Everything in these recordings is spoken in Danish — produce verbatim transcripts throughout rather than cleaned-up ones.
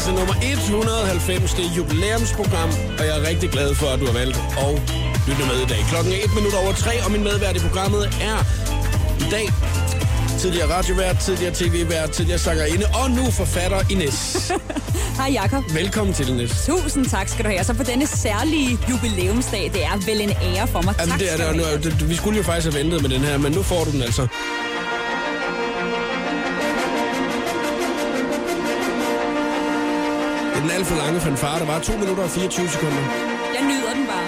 udsendelse nummer et hundrede og halvfems. Det er jubilæumsprogram, og jeg er rigtig glad for, at du har valgt at lytte med i dag. Klokken er et minut over tre, og min medvært i programmet er i dag tidligere radiovært, tidligere tv-vært, tidligere sangerinde og nu forfatter Ines. Hej Jakob. Velkommen til, Ines. Tusind tak skal du have. Så på denne særlige jubilæumsdag, det er vel en ære for mig. Jamen, tak det er det, nu, det, vi skulle jo faktisk have ventet med den her, men nu får du den altså. Det er den alt for lange fanfare, der var to minutter og fireogtyve sekunder. Jeg nyder den bare.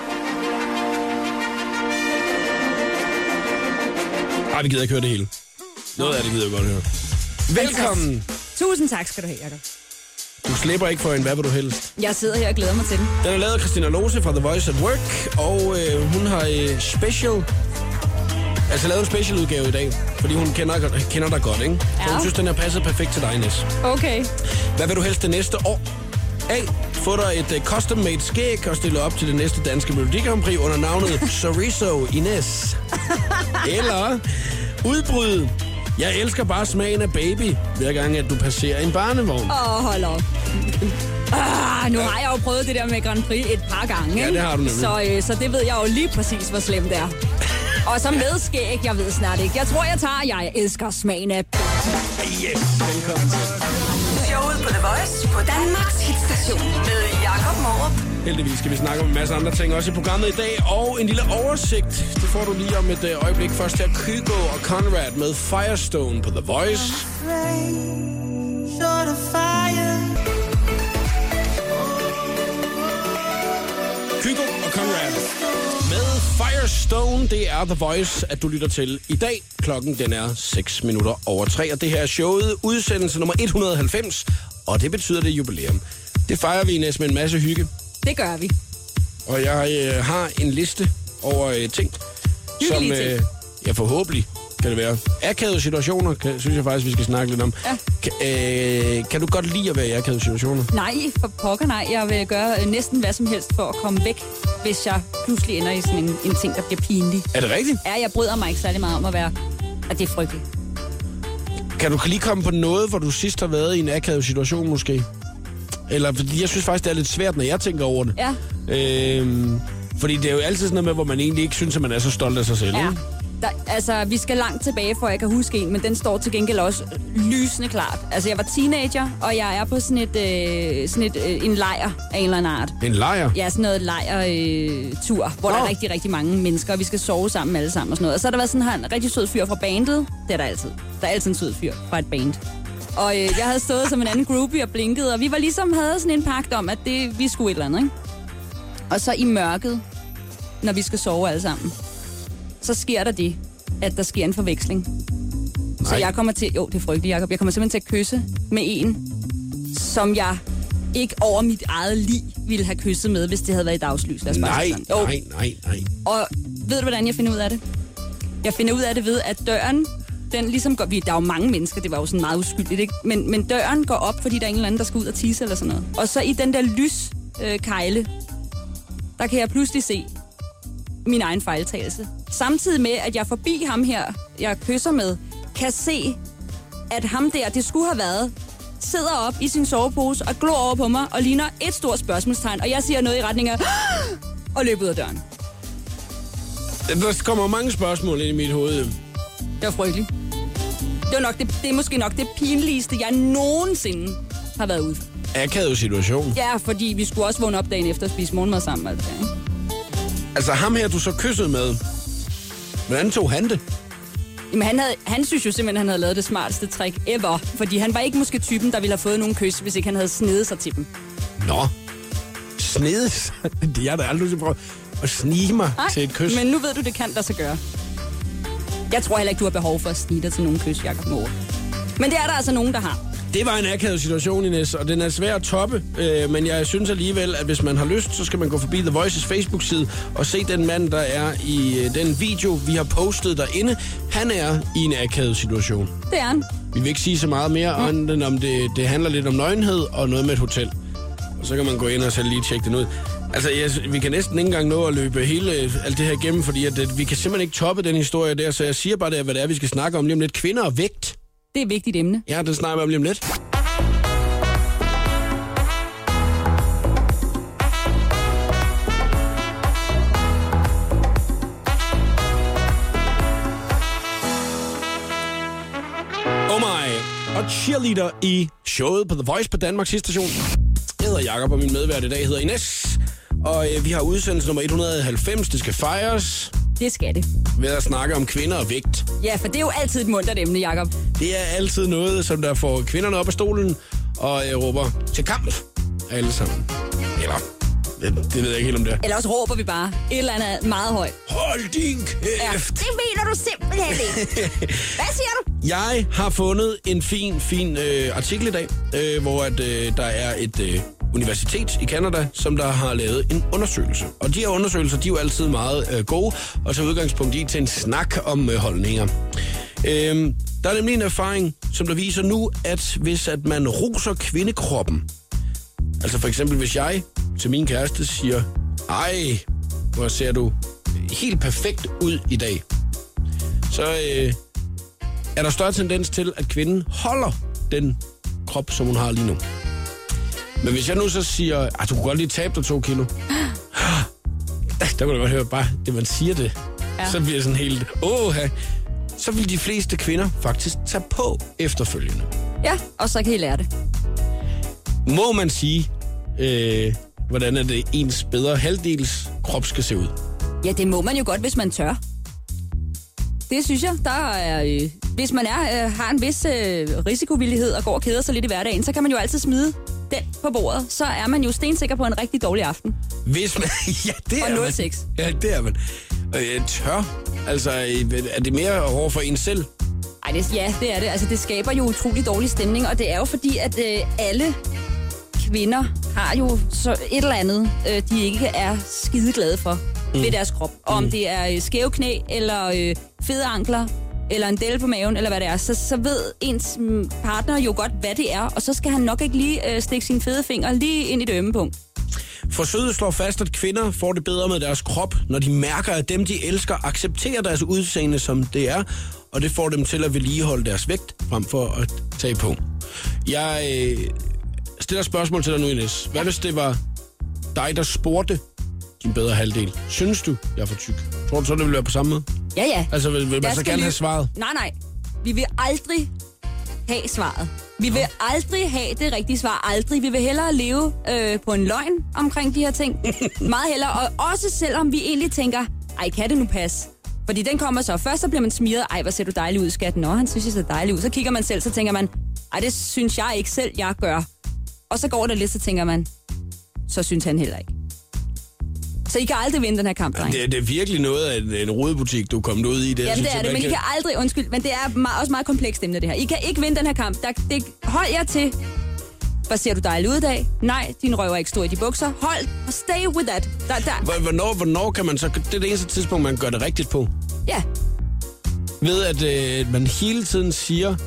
Ej, vi gider ikke høre det hele. Noget af det gider jeg godt høre. Velkommen! Tusind tak skal du have, Jakob. Du slipper ikke for en hvad vil du helst. Jeg sidder her og glæder mig til den. Den er lavet af Christina Lose fra The Voice at Work, og øh, hun har øh, special... Altså lavet en special udgave i dag, fordi hun kender, kender dig godt, ikke? Så ja. Hun synes, den er passet perfekt til dig, Ines. Okay. Hvad vil du helst det næste år? A. Få dig et uh, custom-made skæg og stille op til det næste danske Melodi Grand Prix under navnet Chorizo Ines. Eller udbryde. Jeg elsker bare smagen af baby, hver gang at du passerer en barnevogn. Åh, oh, hold op. Ah, nu har jeg jo prøvet det der med Grand Prix et par gange, Ja, det har du nemlig. så, øh, så det ved jeg jo lige præcis, hvor slemt det er. Og så med skæg, jeg ved snart ikke. Jeg tror, jeg tager, jeg elsker smagen af... Yes, velkommen til. Showet på The Voice på Danmarks hitstation med Jakob Morup. Heldigvis skal vi snakke om en masse andre ting også i programmet i dag, og en lille oversigt. Det får du lige om et øh, øjeblik. Først her Kygo og Conrad med Firestone på The Voice. Kygo og Conrad med Firestone. Det er The Voice, at du lytter til i dag. Klokken den er seks minutter over tre, og det her er showet udsendelse nummer et hundrede og halvfems, og det betyder det jubilæum. Det fejrer vi, Ines, med en masse hygge. Det gør vi. Og jeg øh, har en liste over øh, ting, Hyggelige som ting. øh, ja, forhåbentlig kan det være. Akavede situationer, kan, synes jeg faktisk, vi skal snakke lidt om. Ja. Kan, øh, kan du godt lide at være i akavede situationer? Nej, for pokker nej. Jeg vil gøre øh, næsten hvad som helst for at komme væk, hvis jeg pludselig ender i sådan en, en ting, der bliver pinlig. Er det rigtigt? Ja, jeg bryder mig ikke særlig meget om at være... At det er frygteligt. Kan du lige komme på noget, hvor du sidst har været i en akavet situation måske? Eller, fordi jeg synes faktisk, det er lidt svært, når jeg tænker over det. Ja. Øhm, fordi det er jo altid sådan noget med, hvor man egentlig ikke synes, at man er så stolt af sig selv. Ja. Ikke? Der, altså, vi skal langt tilbage, for jeg kan huske en, men den står til gengæld også lysende klart. Altså, jeg var teenager, og jeg er på sådan, et, øh, sådan et, øh, en lejr af en eller anden art. En lejr? Ja, sådan noget lejrtur, øh, hvor Nå. der er rigtig, rigtig mange mennesker, og vi skal sove sammen alle sammen og sådan noget. Og så har der været sådan her en rigtig sød fyr fra bandet. Det er der altid. Der er altid en sød fyr fra et band. Og øh, jeg havde stået som en anden groupie og blinket, og vi var ligesom havde sådan en pagt om, at det, vi skulle et eller andet, ikke? Og så i mørket, når vi skal sove alle sammen, så sker der det, at der sker en forveksling. Nej. Så jeg kommer til, jo det er frygteligt, Jacob, jeg kommer simpelthen til at kysse med en, som jeg ikke over mit eget liv ville have kysset med, hvis det havde været i dagslys. Lad os bare Nej, sige sådan. Jo. nej, nej, nej. Og ved du, hvordan jeg finder ud af det? Jeg finder ud af det ved, at døren, den ligesom går... Der er jo mange mennesker, det var jo sådan meget uskyldigt, ikke? Men, men døren går op, fordi der er en eller anden, der skal ud og tisse eller sådan noget. Og så i den der lyskejle, øh, der kan jeg pludselig se min egen fejltagelse. Samtidig med, at jeg forbi ham her, jeg kysser med, kan se, at ham der, det skulle have været, sidder op i sin sovepose og glor over på mig og ligner et stort spørgsmålstegn. Og jeg siger noget i retning af... og løber ud af døren. Der kommer mange spørgsmål ind i mit hoved. Det var frygteligt. Det, var nok det, det er måske nok det pinligste, jeg nogensinde har været ude for. Akavet situation. Ja, fordi vi skulle også vågne op dagen efter og spise morgenmad sammen. Altså, ikke? Altså ham her, du så kyssede med, hvordan tog han det? Jamen, han, havde, han synes jo simpelthen, at han havde lavet det smarteste trick ever. Fordi han var ikke måske typen, der ville have fået nogen kys, hvis ikke han havde snedet sig til dem. Nå, snedet? Det er da aldrig prøvet at snige mig Ej, til et kys. Men nu ved du, det kan der så gøre. Jeg tror heller ikke, du har behov for at snige dig til nogen kys, Jakob Morup. Men det er der altså nogen, der har. Det var en akavet situation, Ines, og den er svær at toppe. Øh, men jeg synes alligevel, at hvis man har lyst, så skal man gå forbi The Voices Facebook-side og se den mand, der er i øh, den video, vi har postet derinde. Han er i en akavet situation. Det er han. Vi vil ikke sige så meget mere, mm. end om det, det handler lidt om nøgenhed og noget med et hotel. Og så kan man gå ind og selv lige tjekke den ud. Altså, jeg, vi kan næsten ikke engang nå at løbe hele alt det her igennem, fordi at, at vi kan simpelthen ikke toppe den historie der, så jeg siger bare, det, hvad det er, vi skal snakke om lige om lidt. Kvinder og vægt. Det er et vigtigt emne. Ja, det snakker vi om lige om lidt. og cheerleader i showet på The Voice på Danmarks station. Jeg hedder Jakob, og min medvært i dag hedder Ines. Og øh, vi har udsendelse nummer et hundrede og halvfems. Det skal fejres. Det skal det. Ved at snakke om kvinder og vægt. Ja, for det er jo altid et muntert emne, Jakob. Det er altid noget, som der får kvinderne op af stolen og øh, råber til kamp. Alle sammen. Eller, det, det ved jeg ikke helt om det er. Eller også råber vi bare et eller andet meget højt. Hold din kæft! Ja, det mener du simpelthen ikke. Hvad siger du? Jeg har fundet en fin, fin øh, artikel i dag, øh, hvor at, øh, der er et øh, universitet i Canada, som der har lavet en undersøgelse. Og de her undersøgelser, de er jo altid meget øh, gode, og så udgangspunkt i til en snak om øh, holdninger. Øh, der er nemlig en erfaring, som der viser nu, at hvis at man roser kvindekroppen, altså for eksempel hvis jeg til min kæreste siger, ej, hvor ser du helt perfekt ud i dag, så øh, er der større tendens til, at kvinden holder den krop, som hun har lige nu. Men hvis jeg nu så siger, at du kunne godt lige tabe dig to kilo, der kan du godt høre bare, det man siger det, ja. Så bliver det sådan helt, åh, så vil de fleste kvinder faktisk tage på efterfølgende. Ja, og så kan I lære det. Må man sige, øh, hvordan er det ens bedre halvdels krop skal se ud? Ja, det må man jo godt, hvis man tør. Det synes jeg, der er... Øh, hvis man er, øh, har en vis øh, risikovillighed og går og keder sig lidt i hverdagen, så kan man jo altid smide den på bordet. Så er man jo stensikker på en rigtig dårlig aften. Hvis man... Ja, det er og nul man. seks. Ja, det er man. Øh, tør? Altså, er det mere over for en selv? Ej, det, ja, det er det. Altså, det skaber jo utrolig dårlig stemning, og det er jo fordi, at øh, alle kvinder har jo så et eller andet, øh, de ikke er skide glade for mm. ved deres krop. Og om mm. det er øh, skæve knæ, eller øh, fede ankler, eller en delle på maven, eller hvad det er, så, så ved ens partner jo godt, hvad det er, og så skal han nok ikke lige øh, stikke sine fede fingre lige ind i det ømme punkt. Forsøget slår fast, at kvinder får det bedre med deres krop, når de mærker, at dem, de elsker, accepterer deres udseende, som det er, og det får dem til at vedligeholde deres vægt, frem for at tage på. Jeg øh, stiller spørgsmål til dig nu, Ines. Hvad hvis det var dig, der spurgte din bedre halvdel? Synes du, jeg er for tyk? Tror du så, det ville være på samme måde? Ja, ja. Altså, vil, vil man så gerne lyve. have svaret? Nej, nej. Vi vil aldrig have svaret. Vi vil aldrig have det rigtige svar. Aldrig. Vi vil hellere leve øh, på en løgn omkring de her ting. Meget hellere. Og også selvom vi egentlig tænker, ej, kan det nu passe? Fordi den kommer så. Først så bliver man smiret. Ej, hvor ser du dejlig ud, skat. Nå, han synes, jeg ser dejlig ud. Så kigger man selv, så tænker man, ej, det synes jeg ikke selv, jeg gør. Og så går det lidt, så tænker man, så synes han heller ikke. Så I kan aldrig vinde den her kamp, dreng. Det, det er virkelig noget af en, en rodebutik, du er kommet ud i. Det, Jamen, det er det, men I kan aldrig, undskyld, men det er meget, også meget komplekst emne, det her. I kan ikke vinde den her kamp. Der, det, hold jer til, hvad ser du dejlig ud i dag? Nej, din røv er ikke stor i de bukser. Hold, og stay with that. Der, der. Hvornår, hvornår kan man så... Det er det eneste tidspunkt, man gør det rigtigt på. Ja. Ved at øh, man hele tiden siger,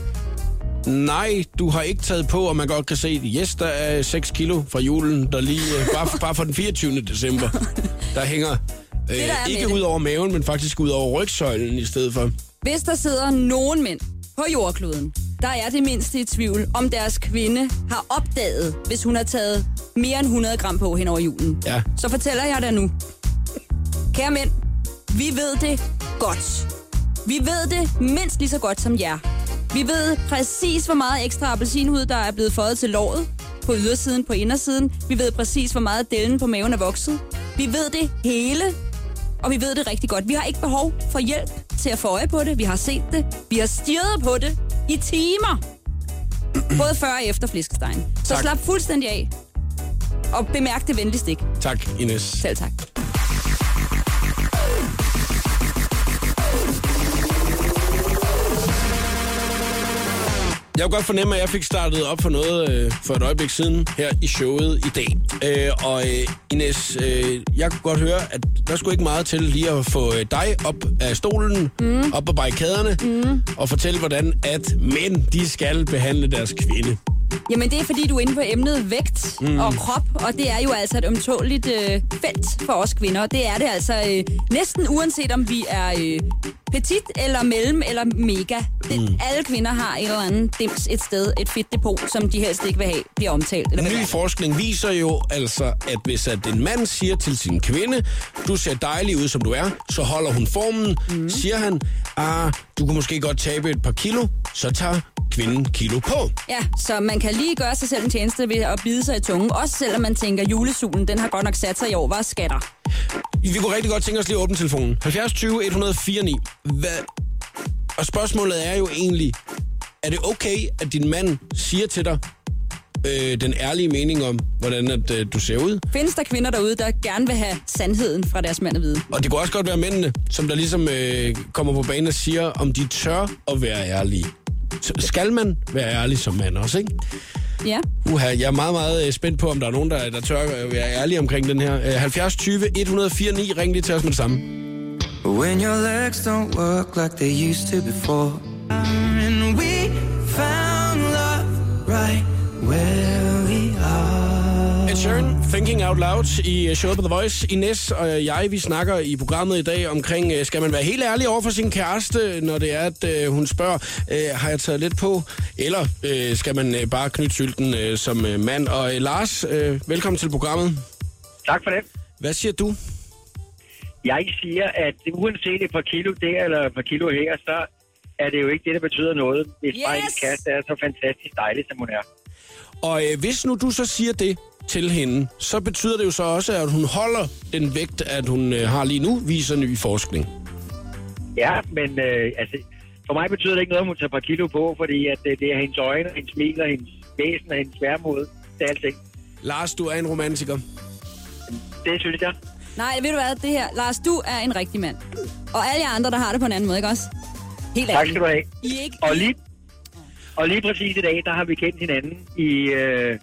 nej, du har ikke taget på, og man godt kan se, yes, der er seks kilo fra julen, der lige, øh, bare, bare for den fireogtyvende december, der hænger øh, det, der ikke ud over maven, men faktisk ud over rygsøjlen i stedet for. Hvis der sidder nogen mænd på jordkloden, der er det mindste i tvivl, om deres kvinde har opdaget, hvis hun har taget mere end hundrede gram på hen over julen. Ja. Så fortæller jeg dig nu. Kære mænd, vi ved det godt. Vi ved det mindst lige så godt som jer. Vi ved præcis, hvor meget ekstra appelsinhud, der er blevet føjet til låret, på ydersiden, på indersiden. Vi ved præcis, hvor meget dellen på maven er vokset. Vi ved det hele, og vi ved det rigtig godt. Vi har ikke behov for hjælp til at få øje på det. Vi har set det. Vi har stirret på det i timer. Både før og efter flæskestegen. Så tak. Slap fuldstændig af. Og bemærk det venligst ikke. Tak, Ines. Selv tak. Jeg kunne godt fornemme, at jeg fik startet op for noget øh, for et øjeblik siden her i showet i dag. Øh, og øh, Ines, øh, jeg kunne godt høre, at der skulle ikke meget til lige at få øh, dig op af stolen, mm. op på barrikaderne, mm. og fortælle, hvordan at mænd, de skal behandle deres kvinde. Jamen, det er fordi, du er inde på emnet vægt mm. og krop, og det er jo altså et ømtåligt øh, felt for os kvinder. Det er det altså øh, næsten uanset om vi er øh, petit eller mellem eller mega. Det, mm. Alle kvinder har et eller andet dims et sted, et fedtdepot, som de helst ikke vil have, bliver omtalt. Eller Ny forskning viser jo altså, at hvis at en mand siger til sin kvinde, du ser dejlig ud, som du er, så holder hun formen. Mm. Siger han, ah, du kunne måske godt tabe et par kilo, så tager kvinden kilo på. Ja, så man kan lige gøre sig selv en tjeneste ved at bide sig i tungen. Også selvom man tænker, julesulen, den har godt nok sat sig i år. Hvad skatter? Vi kunne rigtig godt tænke os lige at åbne telefonen. halvfjerds tyve et nul fire ni. Hvad? Og spørgsmålet er jo egentlig, er det okay, at din mand siger til dig øh, den ærlige mening om, hvordan at, øh, du ser ud? Findes der kvinder derude, der gerne vil have sandheden fra deres mand at vide? Og det kunne også godt være mændene, som der ligesom øh, kommer på banen og siger, om de tør at være ærlige. Skal man være ærlig som mand også, ikke? Ja. Uha, jeg er meget, meget spændt på, om der er nogen, der, der tør at være ærlige omkring den her. halvfjerds tyve et nul fire ni, ring lige til os med det samme. When your legs don't work like they used to before, and we found love right where we are. Ed Sheeran, Thinking Out Loud i showet på The Voice. Ines og jeg, vi snakker i programmet i dag omkring, skal man være helt ærlig over for sin kæreste, når det er, at øh, hun spørger, øh, har jeg taget lidt på? Eller øh, skal man øh, bare knytte sylten øh, som øh, mand? Og øh, Lars, øh, velkommen til programmet. Tak for det. Hvad siger du? Jeg siger, at uanset et par kilo der eller et par kilo her, så er det jo ikke det, der betyder noget, hvis Yes! bare en kæreste er så fantastisk dejlig, som hun er. Og øh, hvis nu du så siger det til hende, så betyder det jo så også, at hun holder den vægt, at hun øh, har lige nu, viser ny forskning. Ja, men øh, altså, for mig betyder det ikke noget, om hun tager et par kilo på, fordi at, øh, det er hendes øjne, hendes smil og hendes væsen og hendes værmod. Det er alting. Lars, du er en romantiker. Det synes jeg. Nej, ved du hvad, det her, Lars, du er en rigtig mand. Og alle jer andre, der har det på en anden måde, ikke også? Helt Tak skal du have. I er ikke... Og lige, og lige præcis i dag, der har vi kendt hinanden i øh,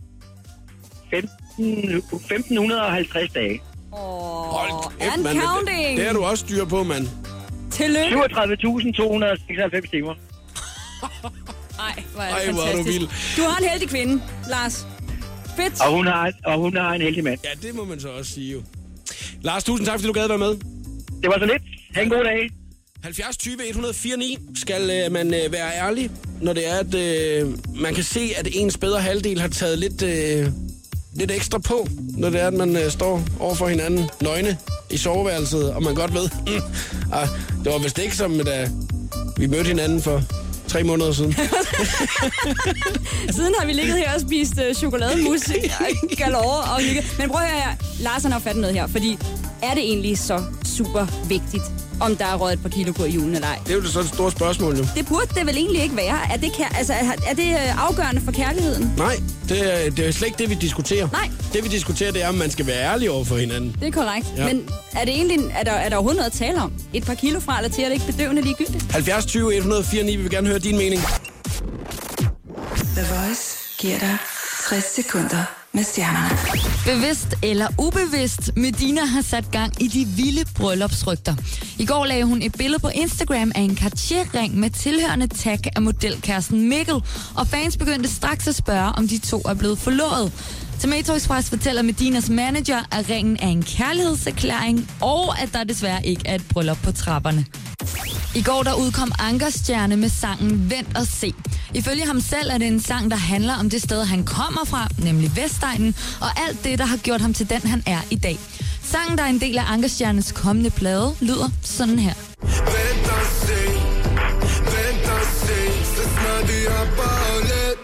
femten halvtreds dage. Åh, Hold kæft, and mand. counting. Det, det er du også styr på, mand. Tillykke. syvogtredive tusind to hundrede og seksoghalvfems timer. Ej, hvor er det Ej, hvor er du fantastisk. vild. Du har en heldig kvinde, Lars. Fedt. Og hun har, og hun har en heldig mand. Ja, det må man så også sige jo. Lars, tusind tak, fordi du gad være med. Det var så lidt. Ha' en god dag. halvfjerds tyve et nul fire ni skal øh, man øh, være ærlig, når det er, at øh, man kan se, at ens bedre halvdel har taget lidt, øh, lidt ekstra på, når det er, at man øh, står over for hinanden nøgne i soveværelset, og man godt ved, mm, ah, det var vist ikke som, da vi mødte hinanden for tre måneder siden. Siden har vi ligget her og spist uh, chokolademus galore og hygge. Men prøv at høre her. Lars har fattet noget her, fordi er det egentlig så super vigtigt, om der er røget et par kilo på i julen eller ej? Det er jo det så et stort spørgsmål, jo. Det burde det vel egentlig ikke være. Er det, kær- altså, er, er det øh, afgørende for kærligheden? Nej, det er, det er slet ikke det, vi diskuterer. Nej. Det, vi diskuterer, det er, om man skal være ærlig over for hinanden. Det er korrekt. Ja. Men er, det egentlig, er, der, er der overhovedet noget at tale om? Et par kilo fra eller til, er det ikke bedøvende ligegyldigt? halvfjerds tyve et nul fire ni, vi vil gerne høre din mening. The Voice giver dig tres sekunder med stjernerne. Bevidst eller ubevidst, Medina har sat gang i de vilde bryllupsrygter. I går lagde hun et billede på Instagram af en Cartier-ring med tilhørende tag af modelkæresten Mikkel, og fans begyndte straks at spørge, om de to er blevet forlovet. Til Metro Express fortæller Medinas manager, at ringen er en kærlighedserklæring, og at der desværre ikke er et bryllup på trapperne. I går der udkom Ankerstjerne med sangen Vent og Se. Ifølge ham selv er det en sang, der handler om det sted, han kommer fra, nemlig Vestegnen, og alt det, der har gjort ham til den, han er i dag. Sangen, der er en del af Ankerstjernes kommende plade, lyder sådan her. Vent og se, vent og se, så snart de har baglet.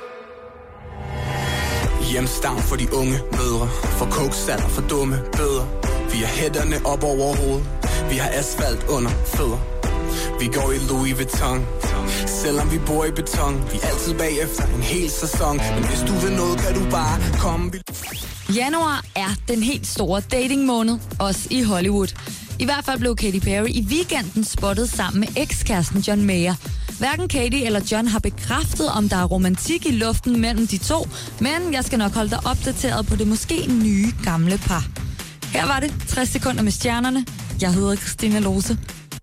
Hjemstavn for de unge mødre, for coke-salg og for dumme bøder. Vi har hætterne op over hovedet, vi har asfalt under fødder. Vi går i Louis Vuitton, selvom vi bor i beton. Vi er altid bagefter en hel sæson, men hvis du vil noget, kan du bare komme. Januar er den helt store datingmåned, også i Hollywood. I hvert fald blev Katy Perry i weekenden spottet sammen med ekskæresten John Mayer. Hverken Katy eller John har bekræftet, om der er romantik i luften mellem de to, men jeg skal nok holde dig opdateret på det måske nye gamle par. Her var det tres sekunder med stjernerne. Jeg hedder Christina Lose.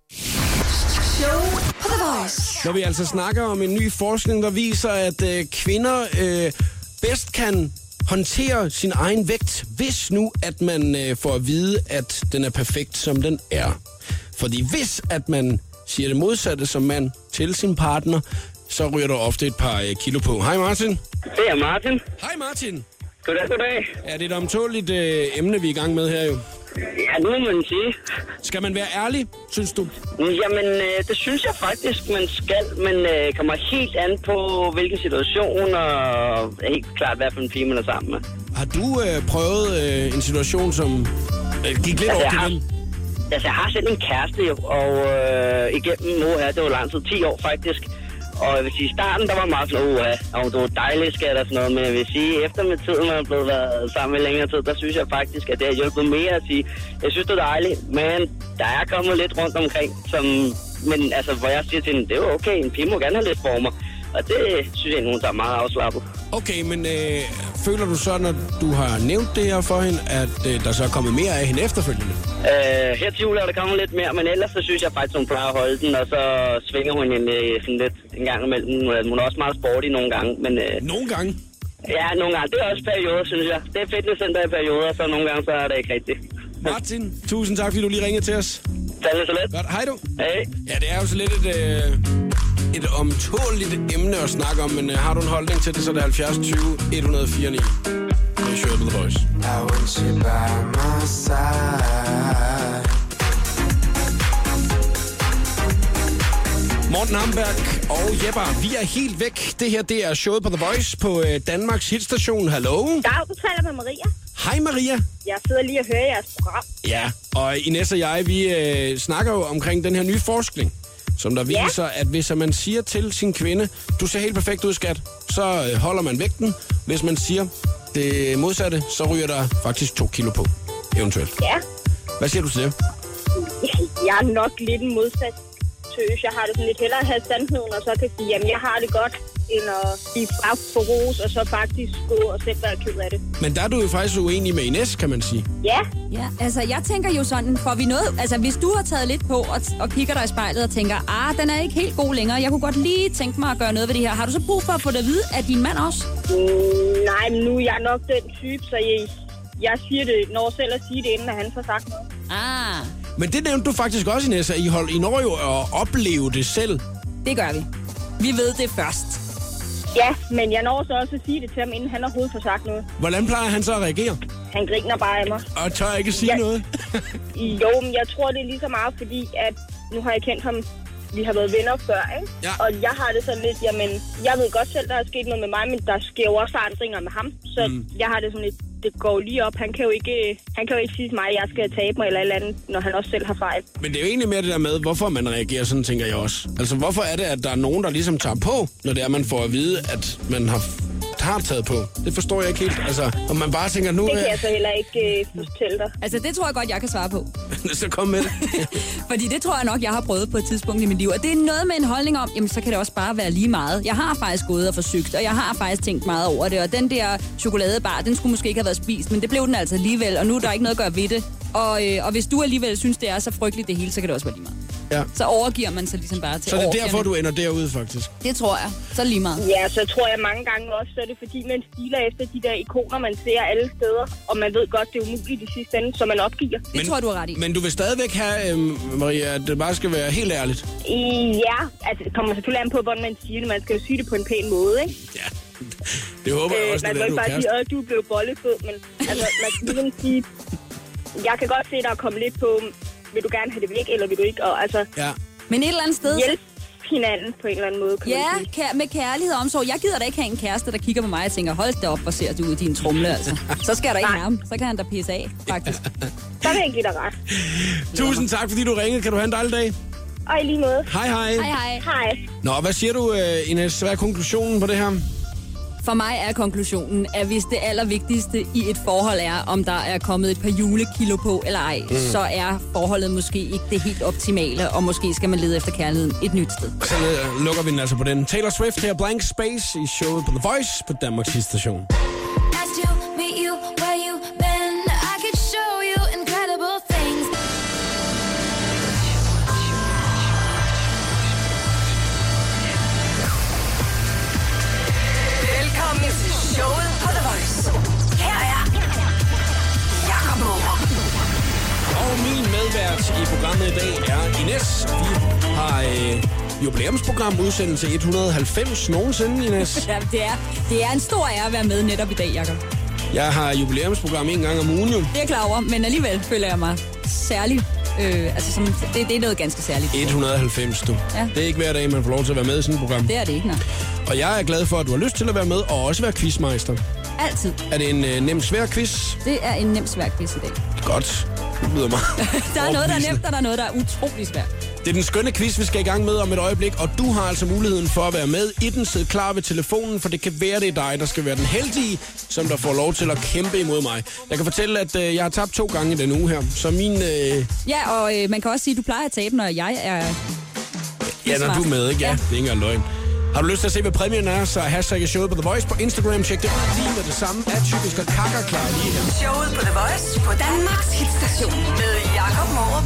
Når vi altså snakker om en ny forskning, der viser, at øh, kvinder øh, bedst kan håndtere sin egen vægt, hvis nu, at man øh, får at vide, at den er perfekt, som den er. Fordi hvis, at man siger det modsatte som mand til sin partner, så ryger der ofte et par øh, kilo på. Hej Martin. Det er Martin. Hej Martin. Goddag, goddag. Ja, det er et omtåligt øh, emne, vi er i gang med her jo. Ja, nu må man sige. Skal man være ærlig, synes du? Jamen, øh, det synes jeg faktisk, man skal, men øh, kommer helt an på, hvilken situation, og helt klart, hvad for en pige man er sammen med. Har du øh, prøvet øh, en situation, som øh, gik lidt Altså, over jeg til har- den? Altså, jeg har selv en kæreste jo, og øh, igennem nu er det jo lang tid, ti år faktisk. Og jeg vil sige, i starten, der var meget sådan, uha, og det var dejligt, skat og sådan noget, men jeg vil sige, efter med tiden, når jeg er blevet været sammen i længere tid, der synes jeg faktisk, at det har hjulpet mere at sige, jeg synes, det er dejligt, men der er kommet lidt rundt omkring, som, men altså, hvor jeg siger til hende, det er jo okay, en pige må gerne have lidt former. Og det synes jeg, nogen der er meget afslappet. Okay, men øh, føler du så, når du har nævnt det her for hende, at øh, der så er kommet mere af hende efterfølgende? Øh, her til jul er der kommet lidt mere, men ellers så synes jeg faktisk, hun plejer at holde den, og så svinger hun hende sådan lidt en gang imellem. Hun er også meget sporty nogle gange, men... Øh, nogle gange? Ja, nogle gange. Det er også perioder, synes jeg. Det er fitnesscenter i perioder, så nogle gange så er det ikke rigtigt. Martin, tusind tak, fordi du lige ringede til os. Tag det så lidt. Godt, hej du. Hej. Ja, det er jo så lidt et, øh, et omtåligt emne at snakke om, men øh, har du en holdning til det, så er det halvfjerds tyve et nul fire ni. Det er showet på The Voice. I want you by my side. Morten Hamberg og Jepper, vi er helt væk. Det her, det er showet på The Voice på øh, Danmarks hitstation. Hallo? Dag, du taler med Maria. Hej Maria. Jeg sidder lige og hører jeres program. Ja, og Ines og jeg, vi øh, snakker jo omkring den her nye forskning, som der Ja. viser, at hvis man siger til sin kvinde, du ser helt perfekt ud, skat, så øh, holder man vægten. Hvis man siger det modsatte, så ryger der faktisk to kilo på, eventuelt. Ja, Hvad siger du til det? jeg er nok lidt en modsat tøs. Jeg har det sådan lidt hellere at have sandheden, og så kan sige, jamen jeg har det godt, end at blive frem for ros, og så faktisk gå og selv være ked af det. Men der er du jo faktisk uenig med Ines, kan man sige. Ja, Ja, altså jeg tænker jo sådan, får vi noget, altså hvis du har taget lidt på og, og kigger dig i spejlet og tænker, ah, den er ikke helt god længere, jeg kunne godt lige tænke mig at gøre noget ved det her. Har du så brug for at få det at vide af din mand også? mm, nej, men nu er jeg nok den type, så jeg, jeg siger det, når selv at sige det, inden at han får sagt noget. Ah, Men det nævnte du faktisk også, Ines, at I, hold, I når jo at opleve det selv. det gør vi. Vi ved det først. Ja, men jeg når så også at sige det til ham, inden han overhovedet får sagt noget. Hvordan plejer han så at reagere? Han griner bare af mig. Og tør ikke sige Ja. noget? Jo, men jeg tror, det er lige så meget, fordi at nu har jeg kendt ham, vi har været venner før, ikke? Ja. Og jeg har det sådan lidt, jamen, jeg ved godt selv, der er sket noget med mig, men der sker jo også forandringer med ham. Så mm. jeg har det sådan lidt, det går lige op. Han kan jo ikke, han kan jo ikke sige til mig, at jeg skal tabe mig eller et eller andet, når han også selv har fejl. Men det er jo egentlig mere det der med, hvorfor man reagerer sådan, tænker jeg også. Altså, hvorfor er det, at der er nogen, der ligesom tager på, når det er, man får at vide, at man har, har taget på? Det forstår jeg ikke helt. Altså, om man bare tænker, nu... Det kan jeg så heller ikke øh, fortælle dig. Altså det tror jeg godt, jeg kan svare på. så kom med det. Fordi det tror jeg nok, jeg har prøvet på et tidspunkt i mit liv. Og det er noget med en holdning om, jamen så kan det også bare være lige meget. Jeg har faktisk gået og forsøgt, og jeg har faktisk tænkt meget over det. Og den der chokoladebar, den skulle måske ikke have været spist, men det blev den altså alligevel. Og nu er der ikke noget at gøre ved det. Og, øh, og hvis du alligevel synes, det er så frygteligt det hele, så kan det også være lige meget. Ja. Så overgiver man sig ligesom bare til Så det er orkerne. derfor, du ender derude, faktisk. Det tror jeg. Så lige meget. Ja, så tror jeg mange gange også, så er det fordi, man stiler efter de der ikoner, man ser alle steder. Og man ved godt, det er umuligt i sidste ende, så man opgiver. Det men, tror jeg, du har ret i. Men du vil stadigvæk have, øhm, Maria, at det bare skal være helt ærligt. Ja, altså det kommer selvfølgelig an på, hvordan man siger det. Man skal jo sige det på en pæn måde, ikke? Ja, det håber jeg også, man det må er, ikke du bare kan. sige, at du blev bollefød, men altså, man skal ligesom sige, jeg kan godt se, der er kommet lidt på, vil du gerne have det væk, eller vil du ikke? Og altså, Ja. Men et eller andet sted... hjælp hinanden på en eller anden måde, kan Ja, man sige. kær- med kærlighed og omsorg. Jeg gider da ikke have en kæreste, der kigger på mig og tænker, hold da op, hvor ser du ud i din trumle, altså. Så skal der ikke Nej. nærme. Så kan han da pisse af, faktisk. Så vil jeg give dig ret. Tusind tak, fordi du ringede. Kan du have en dejlig dag? Og i lige måde. Hej, hej. Hej, hej. Hej. Nå, hvad siger du, øh, Ines? Hvad er konklusionen på det her? For mig er konklusionen, at hvis det allervigtigste i et forhold er, om der er kommet et par julekilo på eller ej, mm. så er forholdet måske ikke det helt optimale, og måske skal man lede efter kærligheden et nyt sted. Så øh, lukker vi den altså på den. Taylor Swift her, Blank Space, i showet på The Voice på Danmarks hitstation. Nice to meet you where you been. I could show you incredible things. Velkommen til showet på The Voice. Her er Jakob Morup. Og min medvært i programmet i dag er Ines. Vi har øh, jubilæumsprogram, udsendelse et hundrede og halvfems nogensinde, Ines. Ja, det, er, det er en stor ære at være med netop i dag, Jacob. Jeg har jubilæumsprogram en gang om ugen, jo. Det er jeg klar over, men alligevel føler jeg mig særlig. Øh, altså, som, det, det er noget ganske særligt. et hundrede og halvfems, du. Ja. Det er ikke hver dag, man får lov til at være med i sådan et program. Det er det ikke, nej. Og jeg er glad for, at du har lyst til at være med, og også være quizmeister. Altid. Er det en øh, nem svær quiz? Det er en nem svær quiz i dag. Godt. Det lyder mig. Der er noget, der er nemt, og der er noget, der er utrolig svært. Det er den skønne quiz, vi skal i gang med om et øjeblik, og du har altså muligheden for at være med i den. Sid klar ved telefonen, for det kan være, det er dig, der skal være den heldige, som der får lov til at kæmpe imod mig. Jeg kan fortælle, at øh, jeg har tabt to gange i den uge her, så min... Øh... Ja, og øh, man kan også sige, at du plejer at tabe, når jeg er... Ja, når du er med, ikke? Ja, ja. Det er ikke engang løgn. Har du lyst til at se, hvad præmien er, så hashtag showet på The Voice på Instagram. Tjek det ud lige med det samme. Er typisk og kakker klar lige her. Showet på The Voice på Danmarks hitstation med Jakob Morup.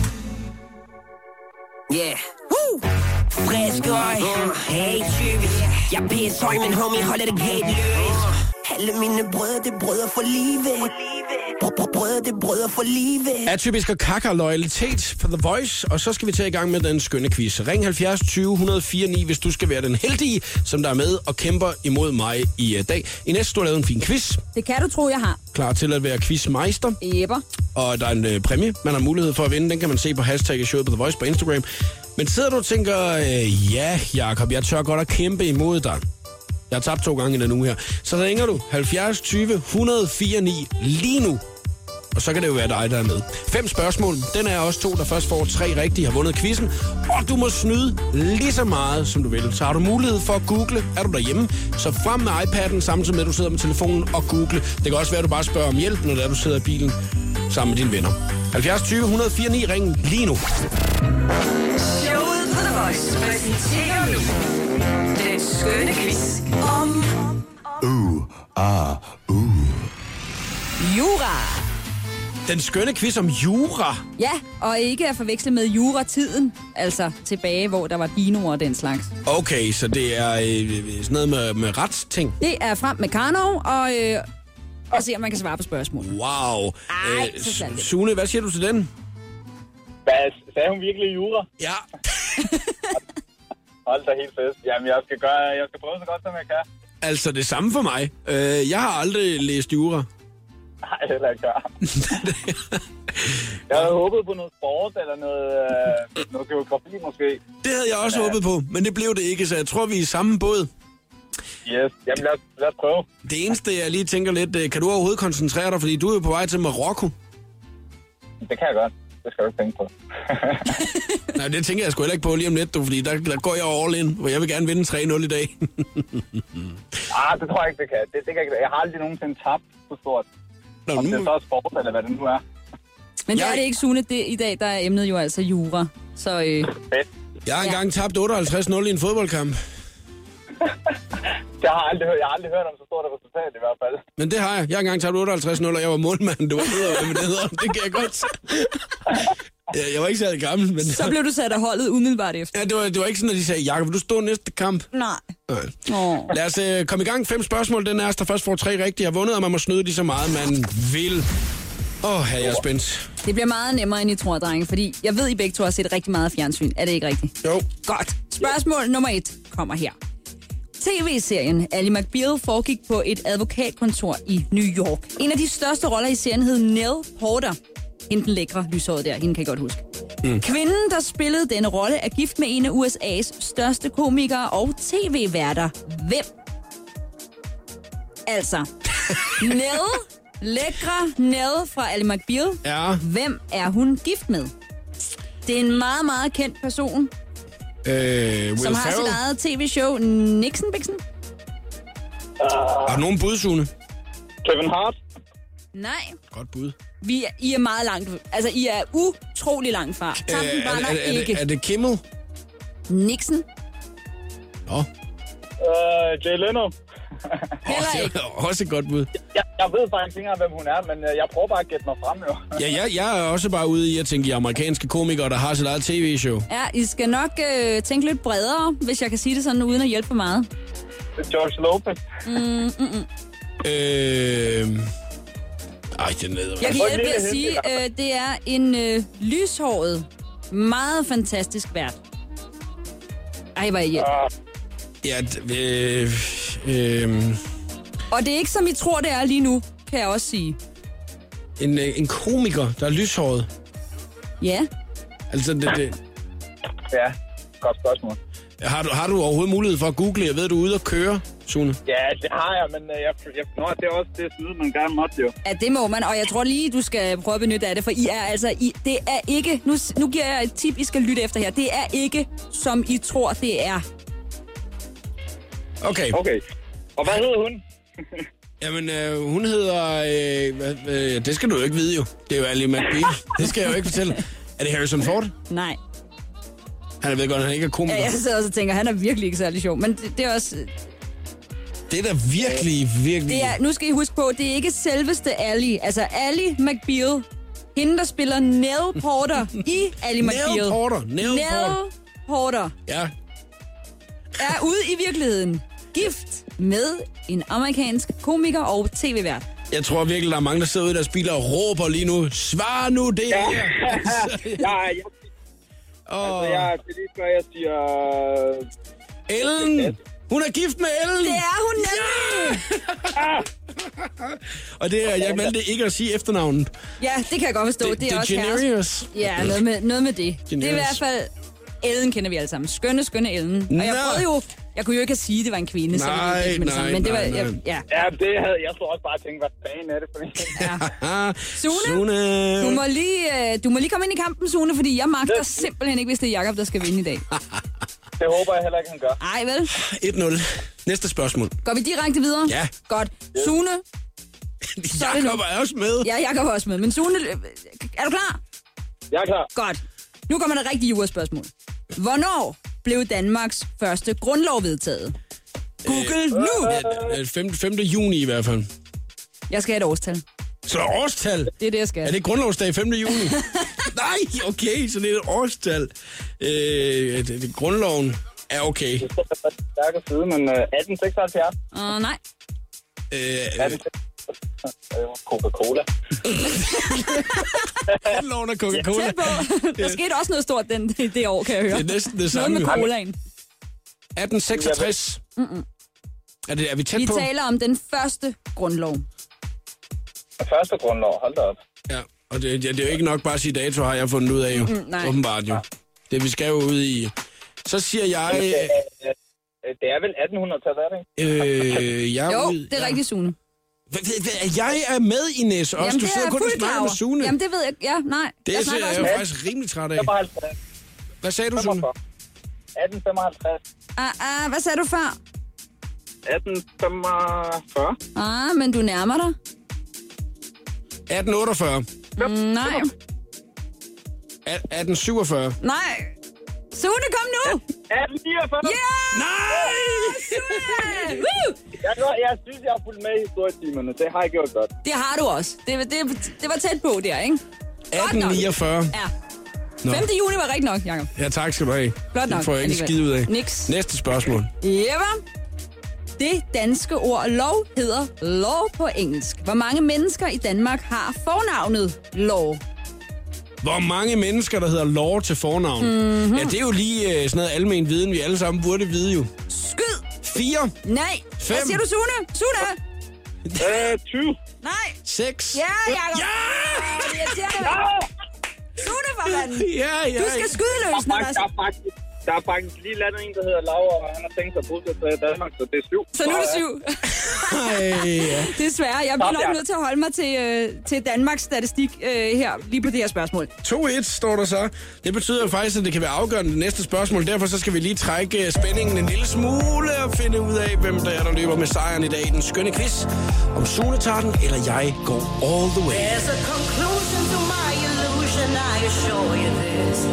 Yeah. Woo! Frisk øj. Hey, typisk. Jeg er pisse høj, men homie, holder det galt løs. Alle mine brødre, det brødre for livet. Brødre, det brødre for livet. Er typisk og kakker loyalitet for The Voice, og så skal vi tage i gang med den skønne quiz. Ring halvfjerds tyve et nul fire ni, hvis du skal være den heldige, som der er med og kæmper imod mig i uh, dag. Ines, du har lavet en fin quiz. Det kan du tro, jeg har. Klar til at være quizmeister. Jepper. Og der er en uh, præmie, man har mulighed for at vinde. Den kan man se på hashtag showet på The Voice på Instagram. Men sidder du og tænker, øh, ja, Jakob, jeg tør godt at kæmpe imod dig. Jeg har tabt to gange i den uge her. Så ringer du halvfjerds tyve et nul fire ni lige nu. Og så kan det jo være dig, der er med. Fem spørgsmål. Den er også to, der først får tre rigtige, har vundet quizzen. Og du må snyde lige så meget, som du vil. Så har du mulighed for at google. Er du derhjemme, så frem med iPad'en, samtidig med, at du sidder med telefonen og google. Det kan også være, at du bare spørger om hjælp, når du sidder i bilen sammen med dine venner. halvfjerds tyve et nul fire ni, ring lige nu. Showet på The Voice præsenterer nu den skønne quiz om... Uh, ah, uh. Jura. Den skønne quiz om jura. Ja, og ikke at forveksle med juratiden. Altså tilbage, hvor der var dinoer og den slags. Okay, så det er øh, sådan noget med, med retsting. Det er frem med Karnov, og, øh, og se, om man kan svare på spørgsmål. Wow. Ej, øh, så sandt. Sune, hvad siger du til den? Hvad, sagde hun virkelig jura? Ja. Hold da helt fest. Jamen, jeg skal, gøre, jeg skal prøve så godt, som jeg kan. Altså, det samme for mig. Øh, jeg har aldrig læst jura. Nej, heller ikke gør. Jeg havde håbet på noget sport eller noget, øh, noget geografi måske. Det havde jeg også ja. håbet på, men det blev det ikke, så jeg tror, vi er i samme båd. Yes, jamen lad os, lad os prøve. Det eneste, jeg lige tænker lidt, kan du overhovedet koncentrere dig, fordi du er jo på vej til Marokko? Det kan jeg godt. Det skal du ikke tænke på. Nej, det tænker jeg sgu heller ikke på lige om lidt, du, fordi der, der går jeg all in, hvor jeg vil gerne vinde tre nul i dag. ah, det tror jeg ikke, det kan. Det, det kan jeg, jeg har aldrig nogensinde tabt så stort. Nå, om nu... det er så sport, eller hvad det nu er. Men det jeg... er det ikke, Sune. Det, I dag der er emnet jo altså jura. Så, øh... Jeg har engang ja. tabt otteoghalvtreds nul i en fodboldkamp. Jeg har aldrig hørt, jeg har aldrig hørt om så stort et resultat i hvert fald. Men det har jeg. Jeg har engang tabt otteoghalvtreds nul, og jeg var målmand. Det var bedre, men det hedder. Det kan jeg godt. Jeg, jeg var ikke særlig gammel, men... Så blev du sat af holdet umiddelbart efter. Ja, det var, det var ikke sådan, at de sagde, Jakob, vil du stå næste kamp? Nej. Nej. Oh. Lad os uh, komme i gang. Fem spørgsmål. Den er, der først får tre rigtige, har vundet, og man må snyde lige så meget, man vil. Åh, oh, her er jeg spændt. Det bliver meget nemmere, end I tror, drenge, fordi jeg ved, I begge to har set rigtig meget fjernsyn. Er det ikke rigtigt? Jo. Godt. Spørgsmål nummer et kommer her. T V-serien Ally McBeal foregik på et advokatkontor i New York. En af de største roller i serien hed Nell Porter. Hende den lækre lyshåret der, hende kan jeg godt huske. Mm. Kvinden, der spillede denne rolle, er gift med en af U S A's største komikere og tv-værter. Hvem? Altså, Nell, lækre Nell fra Ally McBeal. Ja. Hvem er hun gift med? Det er en meget, meget kendt person. Øh, Will som har Ferrell. sit eget tv-show, Nixon Bixen. Uh, har du nogen bud, Sune? Kevin Hart? Nej. Godt bud. Vi er, I er meget langt. Altså, I er utrolig langt fra. Tampen Øh, er, brænder er, er, ikke. er, er det Kimmel? Nixon. Nå. Uh, Jay Leno. Heller ikke. Også et godt bud. Jeg, jeg ved faktisk ikke engang, hvem hun er, men jeg prøver bare at gætte mig frem, jo. Ja, jeg, jeg er også bare ude i at tænke i amerikanske komikere, der har sit eget tv-show. Ja, I skal nok øh, tænke lidt bredere, hvis jeg kan sige det sådan, uden at hjælpe for meget. George Lopez. Mm, mm, mm. Øh... Ej, det er nede. Jeg kan hjælpe med at sige, øh, det er en øh, lyshåret, meget fantastisk vært. Ej, hvor er I hjælp. Ja, øh, øh, Og det er ikke som I tror, det er lige nu, kan jeg også sige. En, øh, en komiker, der er lyshåret. Ja. Altså, det, det... Ja, godt spørgsmål. Har du, har du overhovedet mulighed for at google? Jeg ved, du er ude at køre, Sune. Ja, det har jeg, men øh, jeg, jeg, nå, det er også det side, man gerne måtte jo. Ja, det må man, og jeg tror lige, du skal prøve at benytte af det, for I er altså, I, det er ikke, nu, nu giver jeg et tip, I skal lytte efter her, det er ikke, som I tror, det er. Okay. Okay. Og hvad hedder hun? Jamen, øh, hun hedder... Øh, hvad, øh, det skal du jo ikke vide, jo. Det er jo Ali McBeal. Det skal jeg jo ikke fortælle. Er det Harrison Ford? Nej. Han ved godt, at han ikke er komiker. Ja, jeg sidder også og tænker, han er virkelig ikke særlig sjov, men det, det er også... Det er da virkelig, virkelig... Det er, nu skal I huske på, det er ikke selveste Ali. Altså, Ali McBeal, hende, der spiller Nell Porter i Ali McBeal. Nell Porter. Nell, Nell Porter. Porter. Ja. Er ude i virkeligheden gift med en amerikansk komiker og tv-vært. Jeg tror virkelig, der er mange, der sidder ude i deres biler og råber lige nu. Svar nu det ja. her! ja, jeg, oh. altså, jeg, det er lige før, jeg siger... Ellen! Hun er gift med Ellen! Det er hun nemlig! Ja! Og det er, jeg valgte ikke at sige efternavnet. Ja, det kan jeg godt forstå. Det, det er det også Generous. Ja, noget med, noget med det. Generous. Det er i hvert fald... Ellen kender vi alle sammen. Skønne, skønne Ellen. Og jeg prøvede jo... Jeg kunne jo ikke at sige, at det var en kvinde, så nej, det med det samme. Men det var... nej, nej. Jeg, ja. ja, det havde jeg så også bare tænkt, hvad fanden er det for en? Ja. Sune, Sune, du må, lige, du må lige komme ind i kampen, Sune, fordi jeg magter det... simpelthen ikke, hvis det er Jakob, der skal vinde i dag. Det håber jeg heller ikke, han gør. Ej, vel? et nul. Næste spørgsmål. Går vi direkte videre? Ja. Godt. Sune. Jakob er også med. Ja, Jakob er også med. Men Sune, er du klar? Jeg er klar. Godt. Nu kommer der rigtig juraspørgsmål. Hvornår blev Danmarks første grundlov vedtaget? Google øh, nu! Ja, femte juni i hvert fald. Jeg skal have et årstal. Så er det årstal? Det er det, jeg skal. Er det grundlovsdag femte juni? Nej, okay, så det er et årstal. Øh, det, det, grundloven er okay. Det er stærkere side, men uh, atten seksoghalvfjerds. Uh, nej. Øh, atten Coca-Cola. Grundloven af Coca-Cola. Tæt på. Der skete også noget stort den, det år, kan jeg høre. Det er næsten det samme. Noget med colaen. atten seksogtres. Mm-mm. Er, det, er vi tæt vi på? Vi taler om den første grundlov. Den første grundlov, hold da op. Ja, og det, det er jo ikke nok bare at sige dato, har jeg fundet ud af jo. Mm, nej. Åbenbart jo. Det vi skal jo ud i. Så siger jeg... Jamen, det, er, det er vel attenhundrede-tallet, ikke? Øh, jeg jo, ud, det er ja. rigtigt, Sune. Jeg er med, Ines, også. Jamen, du sidder kun og snakker med Sune. Jamen, det ved jeg. Ja, nej. Det jeg er jeg, jeg jo faktisk rimelig træt af. Hvad sagde du, Sune? atten femoghalvtreds. Ah, ah, hvad sagde du før? atten femogfyrre. Ah, men du nærmer dig. atten otteogfyrre. Mm, nej. atten syvogfyrre. Nej. Sune, kom nu! atten niogfyrre. Yeah! Nej! Sune! Woo! Jeg, jeg synes, jeg har fulgt med i historietimerne. Det har jeg gjort godt. Det har du også. Det, det, det var tæt på der, ikke? atten niogfyrre. Ja. femte juni var rigtig nok, Jacob. Ja, tak skal du have. Flot nok. Det får jeg ikke skid ud af. Niks. Næste spørgsmål. Jeppa. Det danske ord lov hedder lov på engelsk. Hvor mange mennesker i Danmark har fornavnet lov? Hvor mange mennesker, der hedder Law til fornavn? Mm-hmm. Ja, det er jo lige uh, sådan noget almen viden, vi alle sammen burde vide jo. Skyd! Fire. Nej. Fem. Hvad siger du, Sune? Sune? Øh, tyve. Nej. Seks. Ja, Jacob. Ja! Det irriterer mig. Sune, for fanden. Ja, ja. Du skal skyde løs, når der Der er faktisk, der er faktisk lige landet en, der hedder Laura, og han har tænkt sig at bosætte sig i Danmark, så det er syv. Så nu er det syv. Ej, Desværre. Jeg bliver nok nødt til at holde mig til, øh, til Danmarks statistik øh, her, lige på det her spørgsmål. to et står der så. Det betyder jo faktisk, at det kan være afgørende det næste spørgsmål. Derfor så skal vi lige trække spændingen en lille smule og finde ud af, hvem der er, der løber med sejren i dag i den skønne quiz. Om Sune tager den, eller jeg går all the way. There's a conclusion to my illusion, I assure you this.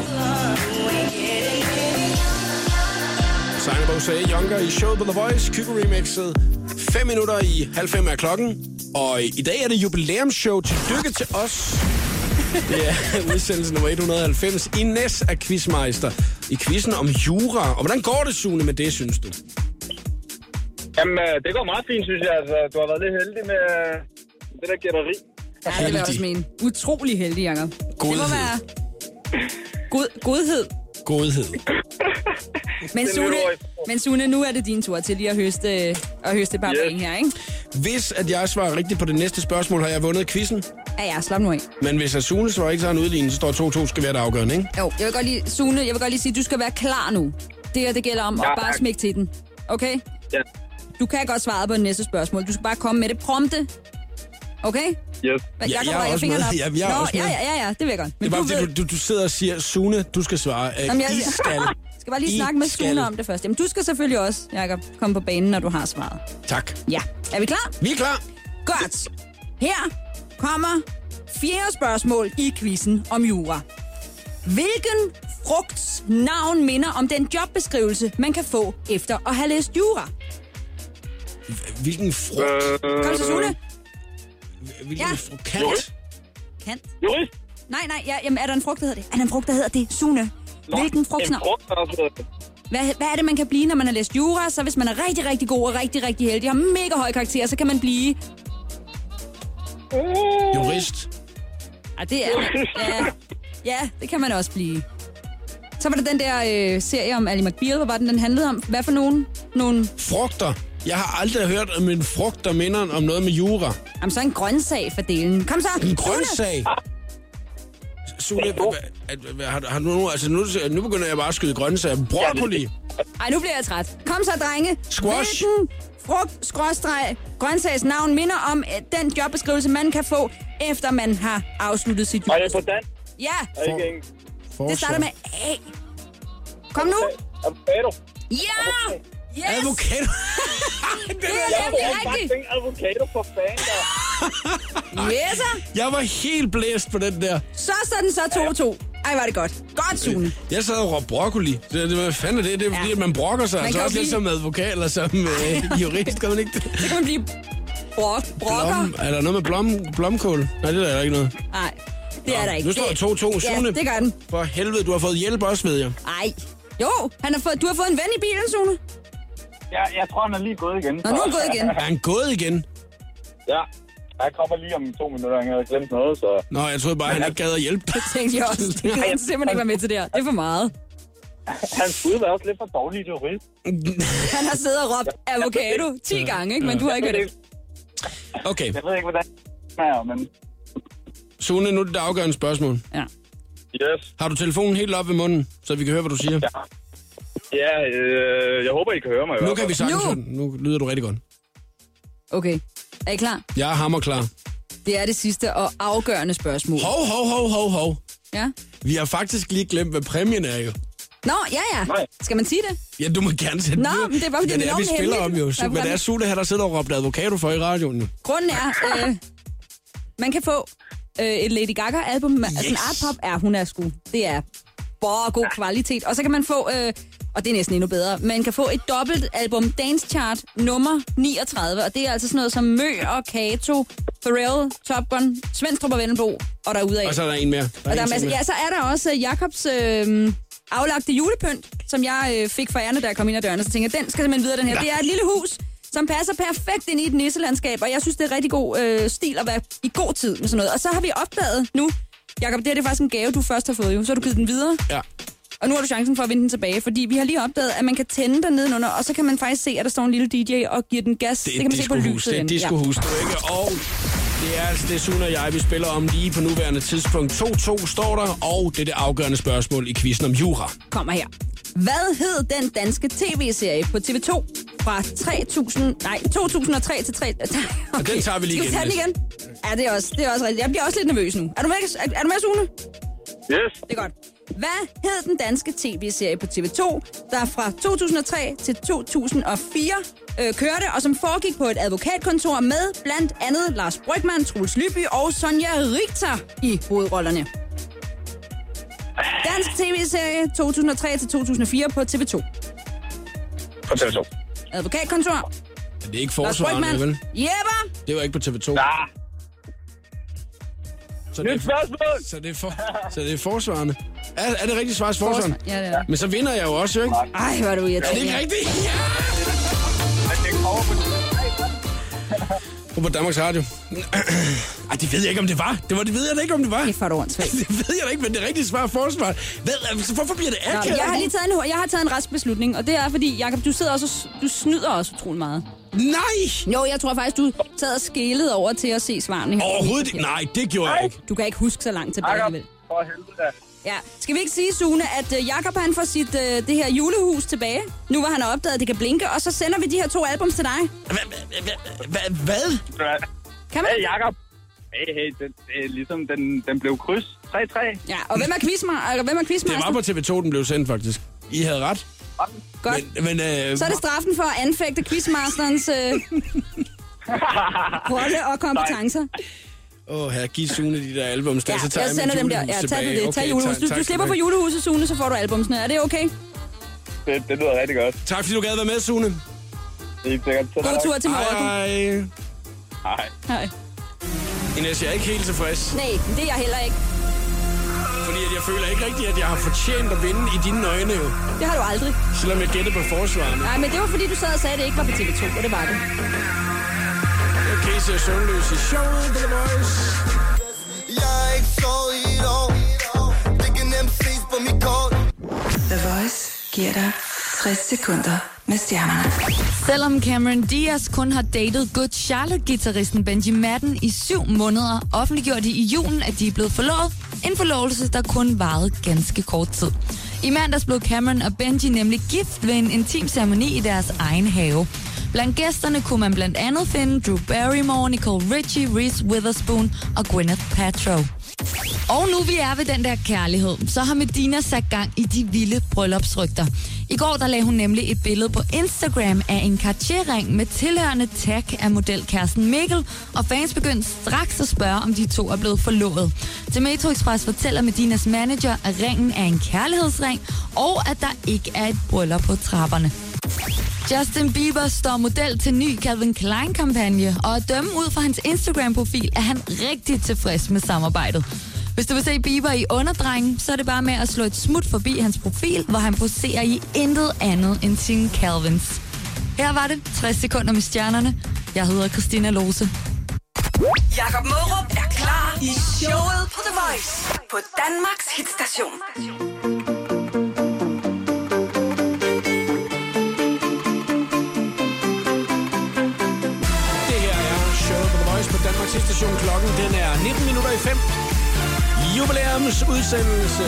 Sangerbo sagde Younger i showet på The Voice, Kygo remixet. Fem minutter i halv fem er klokken. Og i dag er det jubilæumsshow til dykke til os. Det er udsendelse nummer et hundrede og halvfems. Ines er quizmeister i quizzen om jura. Og hvordan går det, Sune, med det, synes du? Jamen, det går meget fint, synes jeg. Altså, du har været lidt heldig med det der gætteri. Ja, det vil jeg også mene. Utrolig heldig, Jacob. Godhed. Det må være god, godhed. Godhed. Men Sune, men Sune, nu er det din tur til lige at høste, at høste et par Yes. point her, ikke? Hvis at jeg svarer rigtigt på det næste spørgsmål, har jeg vundet quizzen. Ja, ja, slap nu af. Men hvis at Sune svarer ikke, så har han udlignet, så står to to skal være det afgørende, ikke? Jo, jeg vil godt lige, Sune, jeg vil godt lige sige, at du skal være klar nu. Det her, det gælder om Ja, at bare tak. smække til den. Okay? Ja. Du kan godt svare på det næste spørgsmål. Du skal bare komme med det prompte. Okay? Yes. Men Ja, Jakob jeg er rækker også fingeren med. op. Ja, jeg er Nå, også med. ja, ja, ja, ja, det vil jeg godt. Det Men er bare du fordi, ved, du, du, du sidder og siger, Sune, du skal svare. Uh, Jamen, jeg- I skal. skal bare lige I snakke med skal. Sune om det først. Jamen, du skal selvfølgelig også, Jakob, komme på banen, når du har svaret. Tak. Ja. Er vi klar? Vi er klar. Godt. Her kommer fjerde spørgsmål i quizzen om jura. Hvilken frugts navn minder om den jobbeskrivelse, man kan få efter at have læst jura? Hvilken frugt? Kom så, Sune. Hvilken Ja. frugt? Kant? Kant? Jurist? Nej, nej, ja, jamen, er der en frugt, der hedder det? Er der en frugt, der hedder det? Sune. Hvilken frugtnavn? En frugt, der også hedder det. Hvad, hvad er det, man kan blive, når man har læst jura? Så hvis man er rigtig, rigtig god og rigtig, rigtig heldig og har mega høje karakterer, så kan man blive... Jurist? Ja, det er... Ja, ja, det kan man også blive. Så var der den der øh, serie om Ally McBeal. Hvad var den, den handlede om? Hvad for nogen? Nogle... Frugter. Jeg har aldrig hørt om en frugt, der minder om noget med jura. Jamen, så en grøntsag for delen. Kom så! En grøntsag? Sune, hva- hva- hva- har, har du nu, altså nu, nu begynder jeg bare at skyde grøntsager. Broccoli. Ej, nu bliver jeg træt. Kom så, drenge. Squash. Hvilken frugt, skråstreg, grøntsags navn minder om øh, den jobbeskrivelse, man kan få, efter man har afsluttet sit Og jura? det er på dansk. Ja, Og ikke engelsk. det starter med A. Kom nu. Avocado. Ja! Yes! Avocado. Det er nemlig rigtigt. Jeg avocado for fanden der. Yes, sir. Jeg var helt blæst på den der. Så står den så to to. Ej, var det godt. Godt, Sune. Jeg sad og råbte broccoli. Det, det, hvad fanden er det? Det er fordi, Ja. at man brokker sig. Man Altså kan også jo lidt blive- som advokat eller som øh, jurist, kan man ikke det? Så kan man blive brok, brokker. Blom, er der noget med blom, blomkål? Nej, det er der ikke noget. Nej, det er der ikke. Nu står der to to. Ja, Sune, det gør den. for helvede, du har fået hjælp også, ved jeg. Ej. Jo, han har fået, du har fået en ven i bilen, Sune. Ja, jeg tror, han er lige gået igen. Nå, nu er han gået igen. Er han gået igen? Ja, jeg kommer lige om to minutter, han havde glemt noget, så... Nå, jeg troede bare, han ikke gad at hjælpe. Det tænkte jeg også. Det kan han simpelthen ikke være med til der. Det er for meget. Hans bud var også lidt for dårligt jurist. Han har siddet og råbt avocado ti gange, ikke? Men du har ikke hørt det. Okay, Jeg ved ikke, hvordan det er, men... Sune, nu er det det afgørende spørgsmål. Ja. Yes. Har du telefonen helt op ved munden, så vi kan høre, hvad du siger? Ja. Ja, øh, jeg håber, I kan høre mig i Nu hvert kan vi fald. sagtens Nu. høre den. Nu lyder du rigtig godt. Okay. Er I klar? Jeg er hammerklar. Det er det sidste og afgørende spørgsmål. Hov, hov, hov, hov, hov. Ja. Vi har faktisk lige glemt, hvad præmien er jo. Nå, ja, ja. Nej. Skal man sige det? Ja, du må gerne sætte Nå, videre. men det er bare, fordi Hvad det er det er, vi enormt spiller om hemmeligt. jo. Så, Der er hvad det er hvordan- Sune her, der sidder og råbt advokato for i radioen nu. Grunden er, øh, man kan få øh, et Lady Gaga-album. Yes. Altså en art pop er, hun er sgu. Det er bare god kvalitet. Og så kan man få, øh, og det er næsten endnu bedre, man kan få et dobbelt album Dance Chart nummer niogtredive. Og det er altså sådan noget som Mø og Kato, Pharrell, Top Gun, Svendstrup og Vendelbo, og derudad. Og så er der en mere. Der Og der er en masser, til ja, så er der også øh, Jakobs øh, aflagte julepynt, som jeg øh, fik for ærende, da jeg kom ind ad døren. Og så tænkte jeg, den skal simpelthen videre, den her. Ja. Det er et lille hus, som passer perfekt ind i et nisselandskab, og jeg synes, det er rigtig god øh, stil at være i god tid med sådan noget. Og så har vi opdaget nu, Jakob, det her det er faktisk en gave, du først har fået jo. Så har du givet den videre. Ja. Og nu har du chancen for at vinde den tilbage, fordi vi har lige opdaget, at man kan tænde der nedenunder, og så kan man faktisk se, at der står en lille D J og giver den gas. Det Det, er kan et man se på discohus. lyset. Det er et inde. discohus, du ikke? Og det er altså det, Sune og jeg, vi spiller om lige på nuværende tidspunkt. to to står der, og det er det afgørende spørgsmål i quizzen om jura. Kommer her. Hvad hed den danske tv-serie på T V to fra tre tusind, nej, to tusind og tre til tre... Okay. den tager vi lige Skal vi igen, tage den igen? Ja, det er også, det er også rigtigt. Jeg bliver også lidt nervøs nu. Er du med, er, er du med, Sune? Yes. Det er godt. Hvad hed den danske tv-serie på T V to, der fra to tusind og tre til to tusind og fire øh, kørte, og som foregik på et advokatkontor med blandt andet Lars Brygmann, Troels Lyby og Sonja Richter i hovedrollerne? Dansk tv-serie to tusind og tre til to tusind og fire på T V to. På T V to. Advokatkontor. Men det er ikke Lars forsvarende, vel? Brygmann. Jepper. Det var ikke på T V to. Ja. Så det, Nyt er, spørgsmål! så, det er for, så det er forsvarende. Er, er det rigtigt svar forsvarende? Ja, det er. Men så vinder jeg jo også, jo ikke? Ej, hvor er du Er irriterende. det ikke rigtigt? Ja! Men det kommer på på Danmarks Radio. Ej, det ved jeg ikke, om det var. Det var det ved jeg da ikke, om det var. Det er for et ordensvagt. Det ved jeg da ikke, men det er rigtigt svar forsvar. Hvad, hvorfor bliver det akavet? Jeg har lige taget en, jeg har taget en rask beslutning, og det er fordi, Jakob, du sidder også og, du snyder også utrolig meget. Nej! Jo, jeg tror faktisk, du sad og skælede over til at se svarene. Overhovedet ikke. Nej, det gjorde jeg ikke. Du kan ikke huske så langt tilbage alligevel. For helvede. Ja, skal vi ikke sige, Sune, at uh, Jakob han får sit, uh, det her julehus tilbage, nu hvor han har opdaget, at det kan blinke, og så sender vi de her to albums til dig. Hvad? Kan man? Hey, Jakob. Hey, hey, det, det er ligesom, den, den blev kryds. tre tre. Ja, og hvem er quizmaster? Hvem er quizmaster? Det var på T V to, den blev sendt, faktisk. I havde ret. Godt. Men, men, øh, så er det straffen for at anfægte quizmasterens øh, rolle og kompetencer. Åh, oh, her, giv Sune de der albums, der, Ja, så tager jeg jeg sender dem der. Ja, tag det. Okay, tag julehus. Du, du slipper for julehuset, Sune, så får du albumsene. Er det okay? Det, det lyder rigtig godt. Tak, fordi du gad være med, Sune. Helt sikkert. God tur til Marokko. Hej. Hej. Hej. Ines, jeg er ikke helt tilfreds. Nej, det er jeg heller ikke. Fordi at jeg føler ikke rigtigt, at jeg har fortjent at vinde i dine øjne, jo. Det har du aldrig. Selvom jeg gættede på forsvarene. Nej, men det var fordi, du sad og sagde, at det ikke var på T V to, og det var det. Okay, så er Søvnløs i showet på The Voice. Jeg er ikke sovet i et år. Det kan nemt ses på mit kort. The Voice giver dig tres sekunder med stjernerne. Selvom Cameron Diaz kun har datet Good Charlotte-gitarristen Benji Madden i syv måneder, offentliggjorde de i julen, at de er blevet forlovet. En forlovelse, der kun varede ganske kort tid. I mandags blev Cameron og Benji nemlig gift ved en intim ceremoni i deres egen have. Blandt gæsterne kunne man blandt andet finde Drew Barrymore, Nicole Richie, Reese Witherspoon og Gwyneth Paltrow. Og nu vi er ved den der kærlighed, så har Medina sat gang i de vilde bryllupsrygter. I går der lagde hun nemlig et billede på Instagram af en Cartier-ring med tilhørende tag af modelkæresten Mikkel, og fans begyndte straks at spørge, om de to er blevet forlovet. Til Metro Express fortæller Medinas manager, at ringen er en kærlighedsring, og at der ikke er et bryllup på trapperne. Justin Bieber står model til ny Calvin Klein-kampagne, og at dømme ud fra hans Instagram-profil er han rigtig tilfreds med samarbejdet. Hvis du vil se Bieber i underdrengen, så er det bare med at slå et smut forbi hans profil, hvor han poserer i intet andet end sine Calvins. Her var det tres sekunder med stjernerne. Jeg hedder Christina Lose. Jakob Mårup er klar i showet på The Voice på Danmarks hitstation. På Danmarks station. Klokken den er nitten minutter i fem. Jubilæumsudsendelse.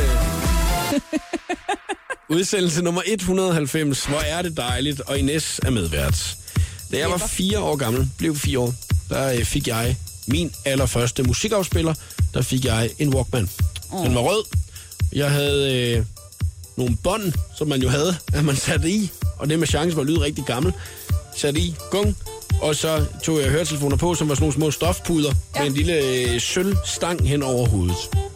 Udsendelse nummer et hundrede og halvfems. Hvor er det dejligt, og Ines er medvært. Da jeg var fire år gammel, blev fire år, der fik jeg min allerførste musikafspiller. Der fik jeg en Walkman. Oh. Den var rød. Jeg havde øh, nogle bånd, som man jo havde, at man satte i. Og det med chance for at lyde rigtig gammel. Satte i, gung. Og så tog jeg høretelefoner på, som var sådan nogle små stofpuder, ja, med en lille øh, sølvstang hen over hovedet.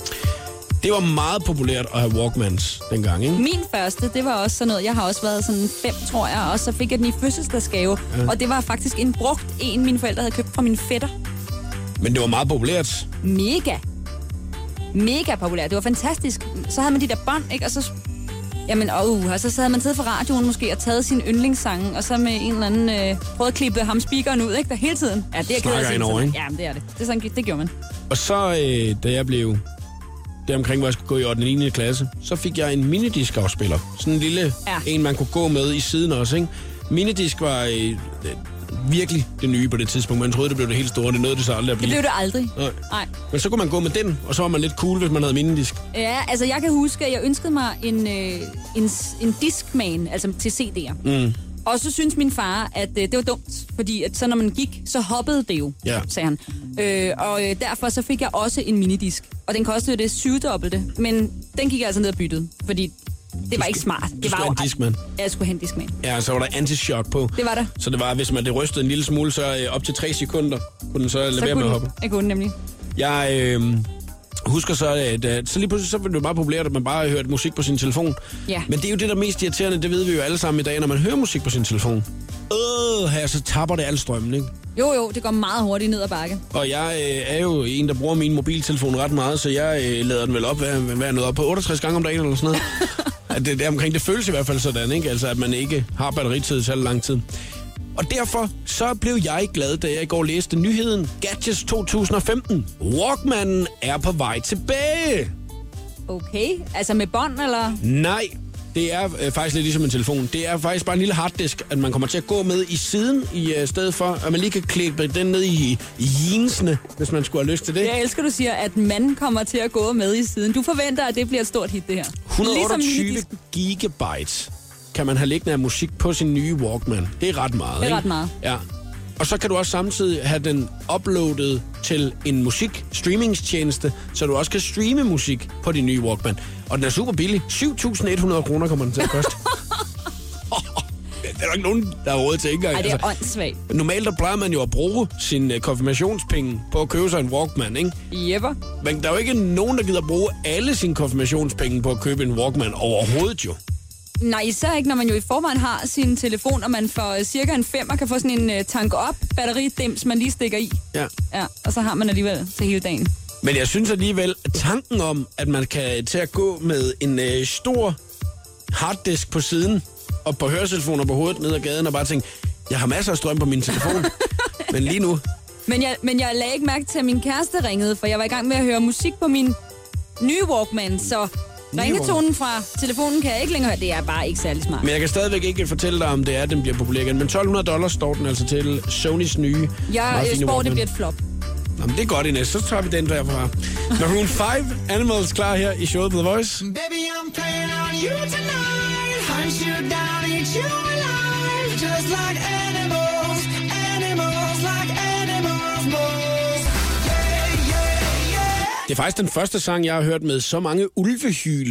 Det var meget populært at have Walkmans dengang, ikke? Min første, det var også sådan noget. Jeg har også været sådan fem, tror jeg, og så fik jeg den i fødselsdagsgave. Ja. Og det var faktisk en brugt en, mine forældre havde købt fra min fætter. Men det var meget populært. Mega. Mega populært. Det var fantastisk. Så havde man de der bånd, ikke? Og så... Jamen, oh, og så havde man siddet for radioen måske og taget sin yndlingssange, og så med en eller anden øh, prøvet at klippe ham speakeren ud, ikke? Der hele tiden. Ja, det er Snakker ked af over, ikke? Ja, det er det. Det, er sådan, det gjorde man. Og så, øh, da jeg blev der omkring, hvor jeg skulle gå i ottende og niende klasse, så fik jeg en minidisc-afspiller. Sådan en lille ja. en, man kunne gå med i siden også, ikke? Minidisc var øh, virkelig det nye på det tidspunkt. Man troede, det blev det helt store. Det nåede det så aldrig at blive. Det blev det aldrig. Nej. Nej. Men så kunne man gå med den, og så var man lidt cool, hvis man havde minidisc. Ja, altså jeg kan huske, at jeg ønskede mig en, øh, en, en Discman, altså til C D'er. Mm. Og så synes min far, at øh, det var dumt, fordi at så når man gik, så hoppede det jo, ja. sagde han. Øh, og øh, derfor så fik jeg også en minidisc. Og den kostede jo det syvdobbelte, men den gik jeg altså ned og byttede, fordi det var ikke smart. Det du var skulle jo, have en Discman. Ja, jeg skulle have en Discman. Ja, så var der anti-shock på. Det var der. Så det var, hvis man det rystede en lille smule, så øh, op til tre sekunder, kunne den så lade være med at hoppe. Jeg kunne nemlig. Jeg øh, husker så, at, at så lige pludselig så var det jo meget populært, at man bare hørte musik på sin telefon. Ja. Men det er jo det, der er mest irriterende, det ved vi jo alle sammen i dag, når man hører musik på sin telefon. Øh, her, så tapper det al strømmen, ikke? Jo, jo, det går meget hurtigt ned ad bakke. Og jeg øh, er jo en, der bruger min mobiltelefon ret meget, så jeg øh, lader den vel op, hvad, hvad er noget op på otteogtres gange om dagen eller sådan noget. At det, det, omkring, det føles i hvert fald sådan, ikke? Altså, at man ikke har batteritid i så lang tid. Og derfor så blev jeg glad, da jeg i går læste nyheden Gadgets to tusind og femten. Walkmanen er på vej tilbage. Okay, altså med bånd, eller? Nej, det er øh, faktisk lidt ligesom en telefon. Det er faktisk bare en lille harddisk, at man kommer til at gå med i siden, i øh, stedet for, at man lige kan klippe den ned i, i jeansene, hvis man skulle have lyst til det. Jeg elsker, du siger, at man kommer til at gå med i siden. Du forventer, at det bliver et stort hit, det her. et hundrede og otteogtyve ligesom gigabyte kan man have liggende af musik på sin nye Walkman. Det er ret meget, Det er ikke? ret meget. Ja. Og så kan du også samtidig have den uploadet til en musik-streamingstjeneste, så du også kan streame musik på din nye Walkman. Og den er super billig. syv tusind et hundrede kroner kommer den til at koste. Det er der ikke nogen, der har råd til engang. Ej, det er åndssvagt. Normalt der plejer man jo at bruge sin uh, konfirmationspenge på at købe sig en Walkman, ikke? Jepper. Men der er jo ikke nogen, der gider bruge alle sine konfirmationspenge på at købe en Walkman overhovedet jo. Nej, især ikke, når man jo i forvejen har sin telefon, og man for cirka en femmer kan få sådan en uh, tank-op batteridims, man lige stikker i. Ja. Ja, og så har man alligevel til hele dagen. Men jeg synes alligevel, at tanken om, at man kan til at gå med en øh, stor harddisk på siden, og på høretelefoner på hovedet ned ad gaden, og bare tænke, jeg har masser af strøm på min telefon, men lige nu... Men jeg, men jeg lagde ikke mærke til, at min kæreste ringede, for jeg var i gang med at høre musik på min nye Walkman, så ringetonen fra telefonen kan jeg ikke længere høre. Det er bare ikke særlig smart. Men jeg kan stadigvæk ikke fortælle dig, om det er, at den bliver populær igen. Men tolv hundrede dollars står den altså til Sonys nye. Jeg spår, det bliver et flop. Nå, men det er godt, Ines. Så tager vi den derfra. Maroon fem, Animals, klar her i showet på The Voice. Baby, I'm playing on you tonight. Hunt you down, eat you alive. Just like animals, animals, like animals, moles. Yeah, yeah, yeah. Det er faktisk den første sang, jeg har hørt med så mange ulvehyl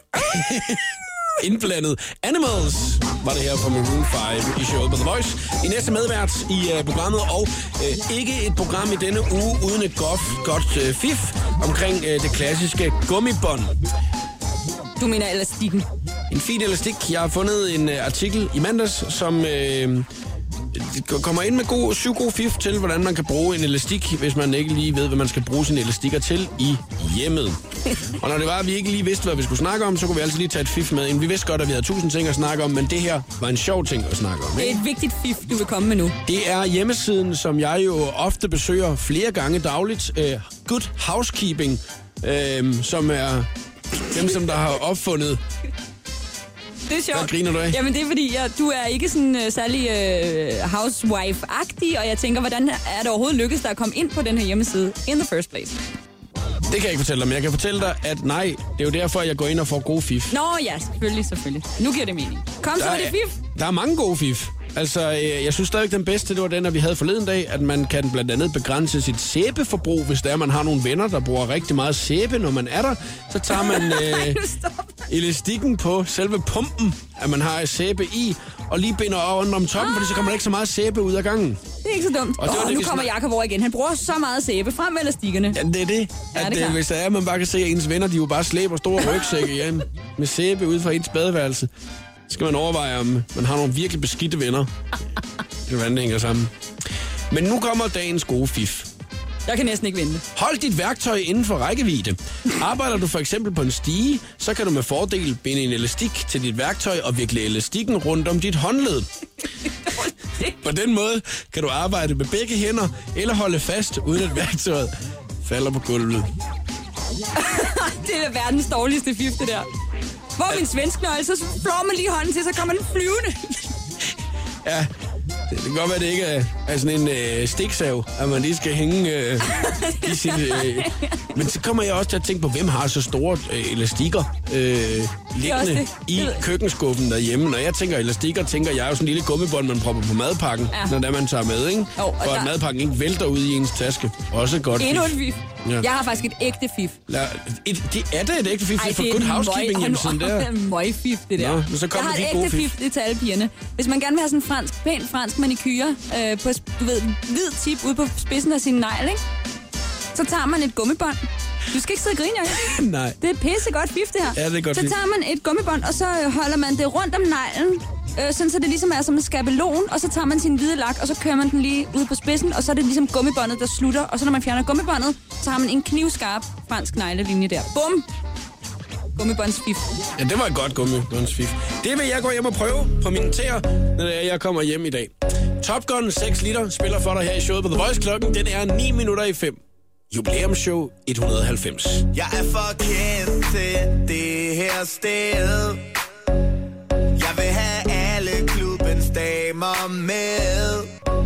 indblandet. Animals var det her fra Maroon fem i showet på The Voice. I næste medvært i uh, programmet, og uh, ikke et program i denne uge uden et godt, godt uh, fif omkring uh, det klassiske gummibånd. Du mener elastikken? En fin elastik. Jeg har fundet en uh, artikel i mandags, som uh, kommer ind med gode, syv gode fif til, hvordan man kan bruge en elastik, hvis man ikke lige ved, hvad man skal bruge sine elastikker til i hjemmet. Og når det var, at vi ikke lige vidste, hvad vi skulle snakke om, så kunne vi altså lige tage et fif med ind. Vi vidste godt, at vi havde tusind ting at snakke om, men det her var en sjov ting at snakke om. Det er et vigtigt fif, du vil komme med nu. Det er hjemmesiden, som jeg jo ofte besøger flere gange dagligt. Uh, Good Housekeeping, uh, som er dem, som der har opfundet... Det er sjovt. Hvad griner du af? Jamen det er fordi, ja, du er ikke sådan uh, særlig uh, housewife-agtig, og jeg tænker, hvordan er det overhovedet lykkedes dig at komme ind på den her hjemmeside in the first place? Det kan jeg ikke fortælle dig, men jeg kan fortælle dig, at nej, det er jo derfor, jeg går ind og får gode fif. Nå ja, selvfølgelig, selvfølgelig. Nu giver det mening. Kom så med det fif. Der er mange gode fif. Altså, jeg synes stadig, den bedste, det var den, at vi havde forleden dag, at man kan blandt andet begrænse sit sæbeforbrug, hvis der er, man har nogle venner, der bruger rigtig meget sæbe, når man er der. Så tager man øh, elastikken på selve pumpen, at man har sæbe i, og lige binder rundt om toppen, ah. fordi så kommer der ikke så meget sæbe ud af gangen. Det er ikke så dumt. Og oh, det, nu kommer Jakob over igen. Han bruger så meget sæbe. Frem med elastikkerne. Ja, det er det. At, ja, det hvis der er, man bare kan se, at ens venner, de jo bare slæber store rygsække hjem med sæbe ud fra ens badeværelse. Så skal man overveje, om man har nogle virkelig beskidte venner. Hvordan det hænger sammen. Men nu kommer dagens gode fif. Jeg kan næsten ikke vente. Hold dit værktøj inden for rækkevidde. Arbejder du for eksempel på en stige, så kan du med fordel binde en elastik til dit værktøj og vikle elastikken rundt om dit håndled. På den måde kan du arbejde med begge hænder eller holde fast, uden at værktøjet falder på gulvet. Det er verdens dårligste fif, det der. Hvor er min svensknøgle, så flår man lige hånden til, så kommer den flyvende. Ja, det kan godt være, at det ikke er, er sådan en øh, stiksav, at man lige skal hænge øh, i sin... Øh. Men så kommer jeg også til at tænke på, hvem har så store øh, elastikker øh, liggende i køkkenskuffen derhjemme. Når jeg tænker elastikker, tænker jeg jo sådan en lille gummibånd, man propper på madpakken, ja. Når det man tager med, ikke? Oh, for at der... madpakken ikke vælter ud i ens taske. Også godt endnu et fif. Ja. Jeg har faktisk et ægte fif. La, et, det er det et ægte fif? Ej, det er for Good Housekeeping hjemmesiden der. Det er møgfif, det der. Nå, men så jeg har et ægte fif, det er til alle pigerne. Hvis man gerne vil have sådan en fransk, pæn fransk manikyre, øh, på, du ved, hvid tip ude på spidsen af sin negl, ikke? Så tager man et gummibånd. Du skal ikke sidde og grine, Jacob. Nej. Det er pissegodt fif, det her. Ja, det er godt så fif. tager man et gummibånd, og så holder man det rundt om neglen, øh, sådan så det ligesom er som en skabelon, og så tager man sin hvide lak, og så kører man den lige ud på spidsen, og så er det ligesom gummibåndet, der slutter, og så når man fjerner gummibåndet, så har man en knivskarp fransk neglelinje der. Bum! Gummibåndsfif. Ja, det var et godt gummibåndsfif. Det vil jeg gå hjem og prøve på mine tæer, når jeg kommer hjem i dag. Top Gun seks liter spiller for dig her i showet på The Voice. Klokken den er ni minutter i fem. Jubilæumsshow et hundrede og halvfems. Jeg er for kendt til det her sted. Jeg vil have alle klubbens damer med.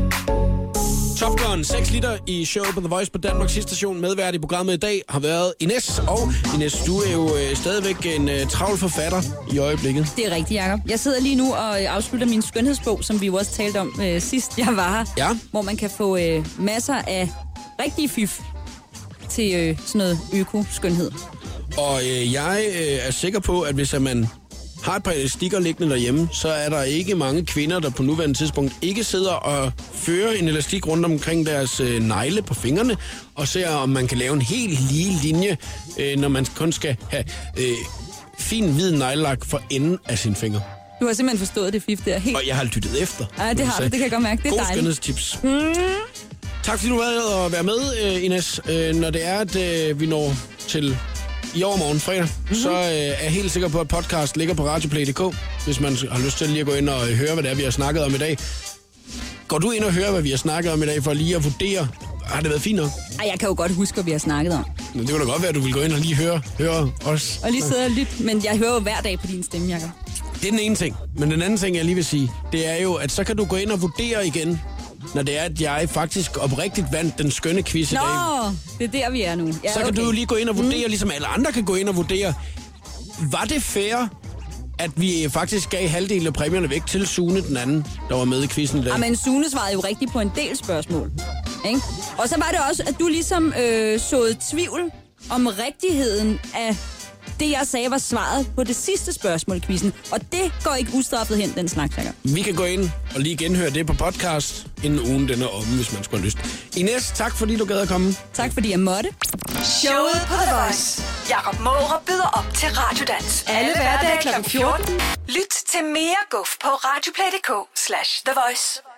Top Gun seks liter i showet på The Voice på Danmarks sidste station. Medvært i programmet i dag har været Ines. Og Ines, du er jo øh, stadigvæk en øh, travl forfatter i øjeblikket. Det er rigtigt, Jacob. Jeg sidder lige nu og øh, afslutter min skønhedsbog, som vi jo også talte om øh, sidst jeg var her. Ja. Hvor man kan få øh, masser af rigtige fif til øh, sådan noget øko-skønhed. Og øh, jeg øh, er sikker på, at hvis man har et par elastikker liggende derhjemme, så er der ikke mange kvinder, der på nuværende tidspunkt ikke sidder og fører en elastik rundt omkring deres øh, negle på fingrene, og ser, om man kan lave en helt lige linje, øh, når man kun skal have øh, fin hvid neglelak for enden af sine fingre. Du har simpelthen forstået det fif der. Helt... Og jeg har lyttet efter. Ja, det har du. Det kan jeg godt mærke. Det er God dejligt. skønhedstips. Mm. Tak fordi du har været at være med, øh, Ines. Øh, når det er, at øh, vi når til i overmorgen fredag, mm-hmm. så øh, er jeg helt sikker på, at podcast ligger på radioplay punktum d k, hvis man har lyst til lige at gå ind og øh, høre, hvad det er, vi har snakket om i dag. Går du ind og hører, hvad vi har snakket om i dag, for lige at vurdere, har det været fint nok? Ej, jeg kan jo godt huske, hvad vi har snakket om. Men det kunne da godt være, at du vil gå ind og lige høre, høre os. Og lige sidde og lytte, men jeg hører jo hver dag på din stemme, Jacob. Det er den ene ting. Men den anden ting, jeg lige vil sige, det er jo, at så kan du gå ind og vurdere igen, når det er, at jeg faktisk oprigtigt vandt den skønne quiz i Nå, dag. det er der, vi er nu. Ja, så kan okay. du jo lige gå ind og vurdere, mm. ligesom alle andre kan gå ind og vurdere. Var det fair, at vi faktisk gav halvdelen af præmierne væk til Sune, den anden, der var med i quizzen i dag? Ja, men Sune svarede jo rigtigt på en del spørgsmål. Ikke? Og så var det også, at du ligesom øh, såede tvivl om rigtigheden af det, jeg sagde, var svaret på det sidste spørgsmål i quizzen. Og det går ikke ustraffet hen, den snak, Jacob. Vi kan gå ind og lige genhøre det på podcast, inden ugen den er omme, hvis man skulle have lyst. Ines, tak fordi du gad at komme. Tak fordi jeg måtte. Showet på The Voice. Jakob Måre byder op til Radiodans. Alle hverdage klokken fjorten. Lyt til mere guf på radioplay punktum d k slash The Voice.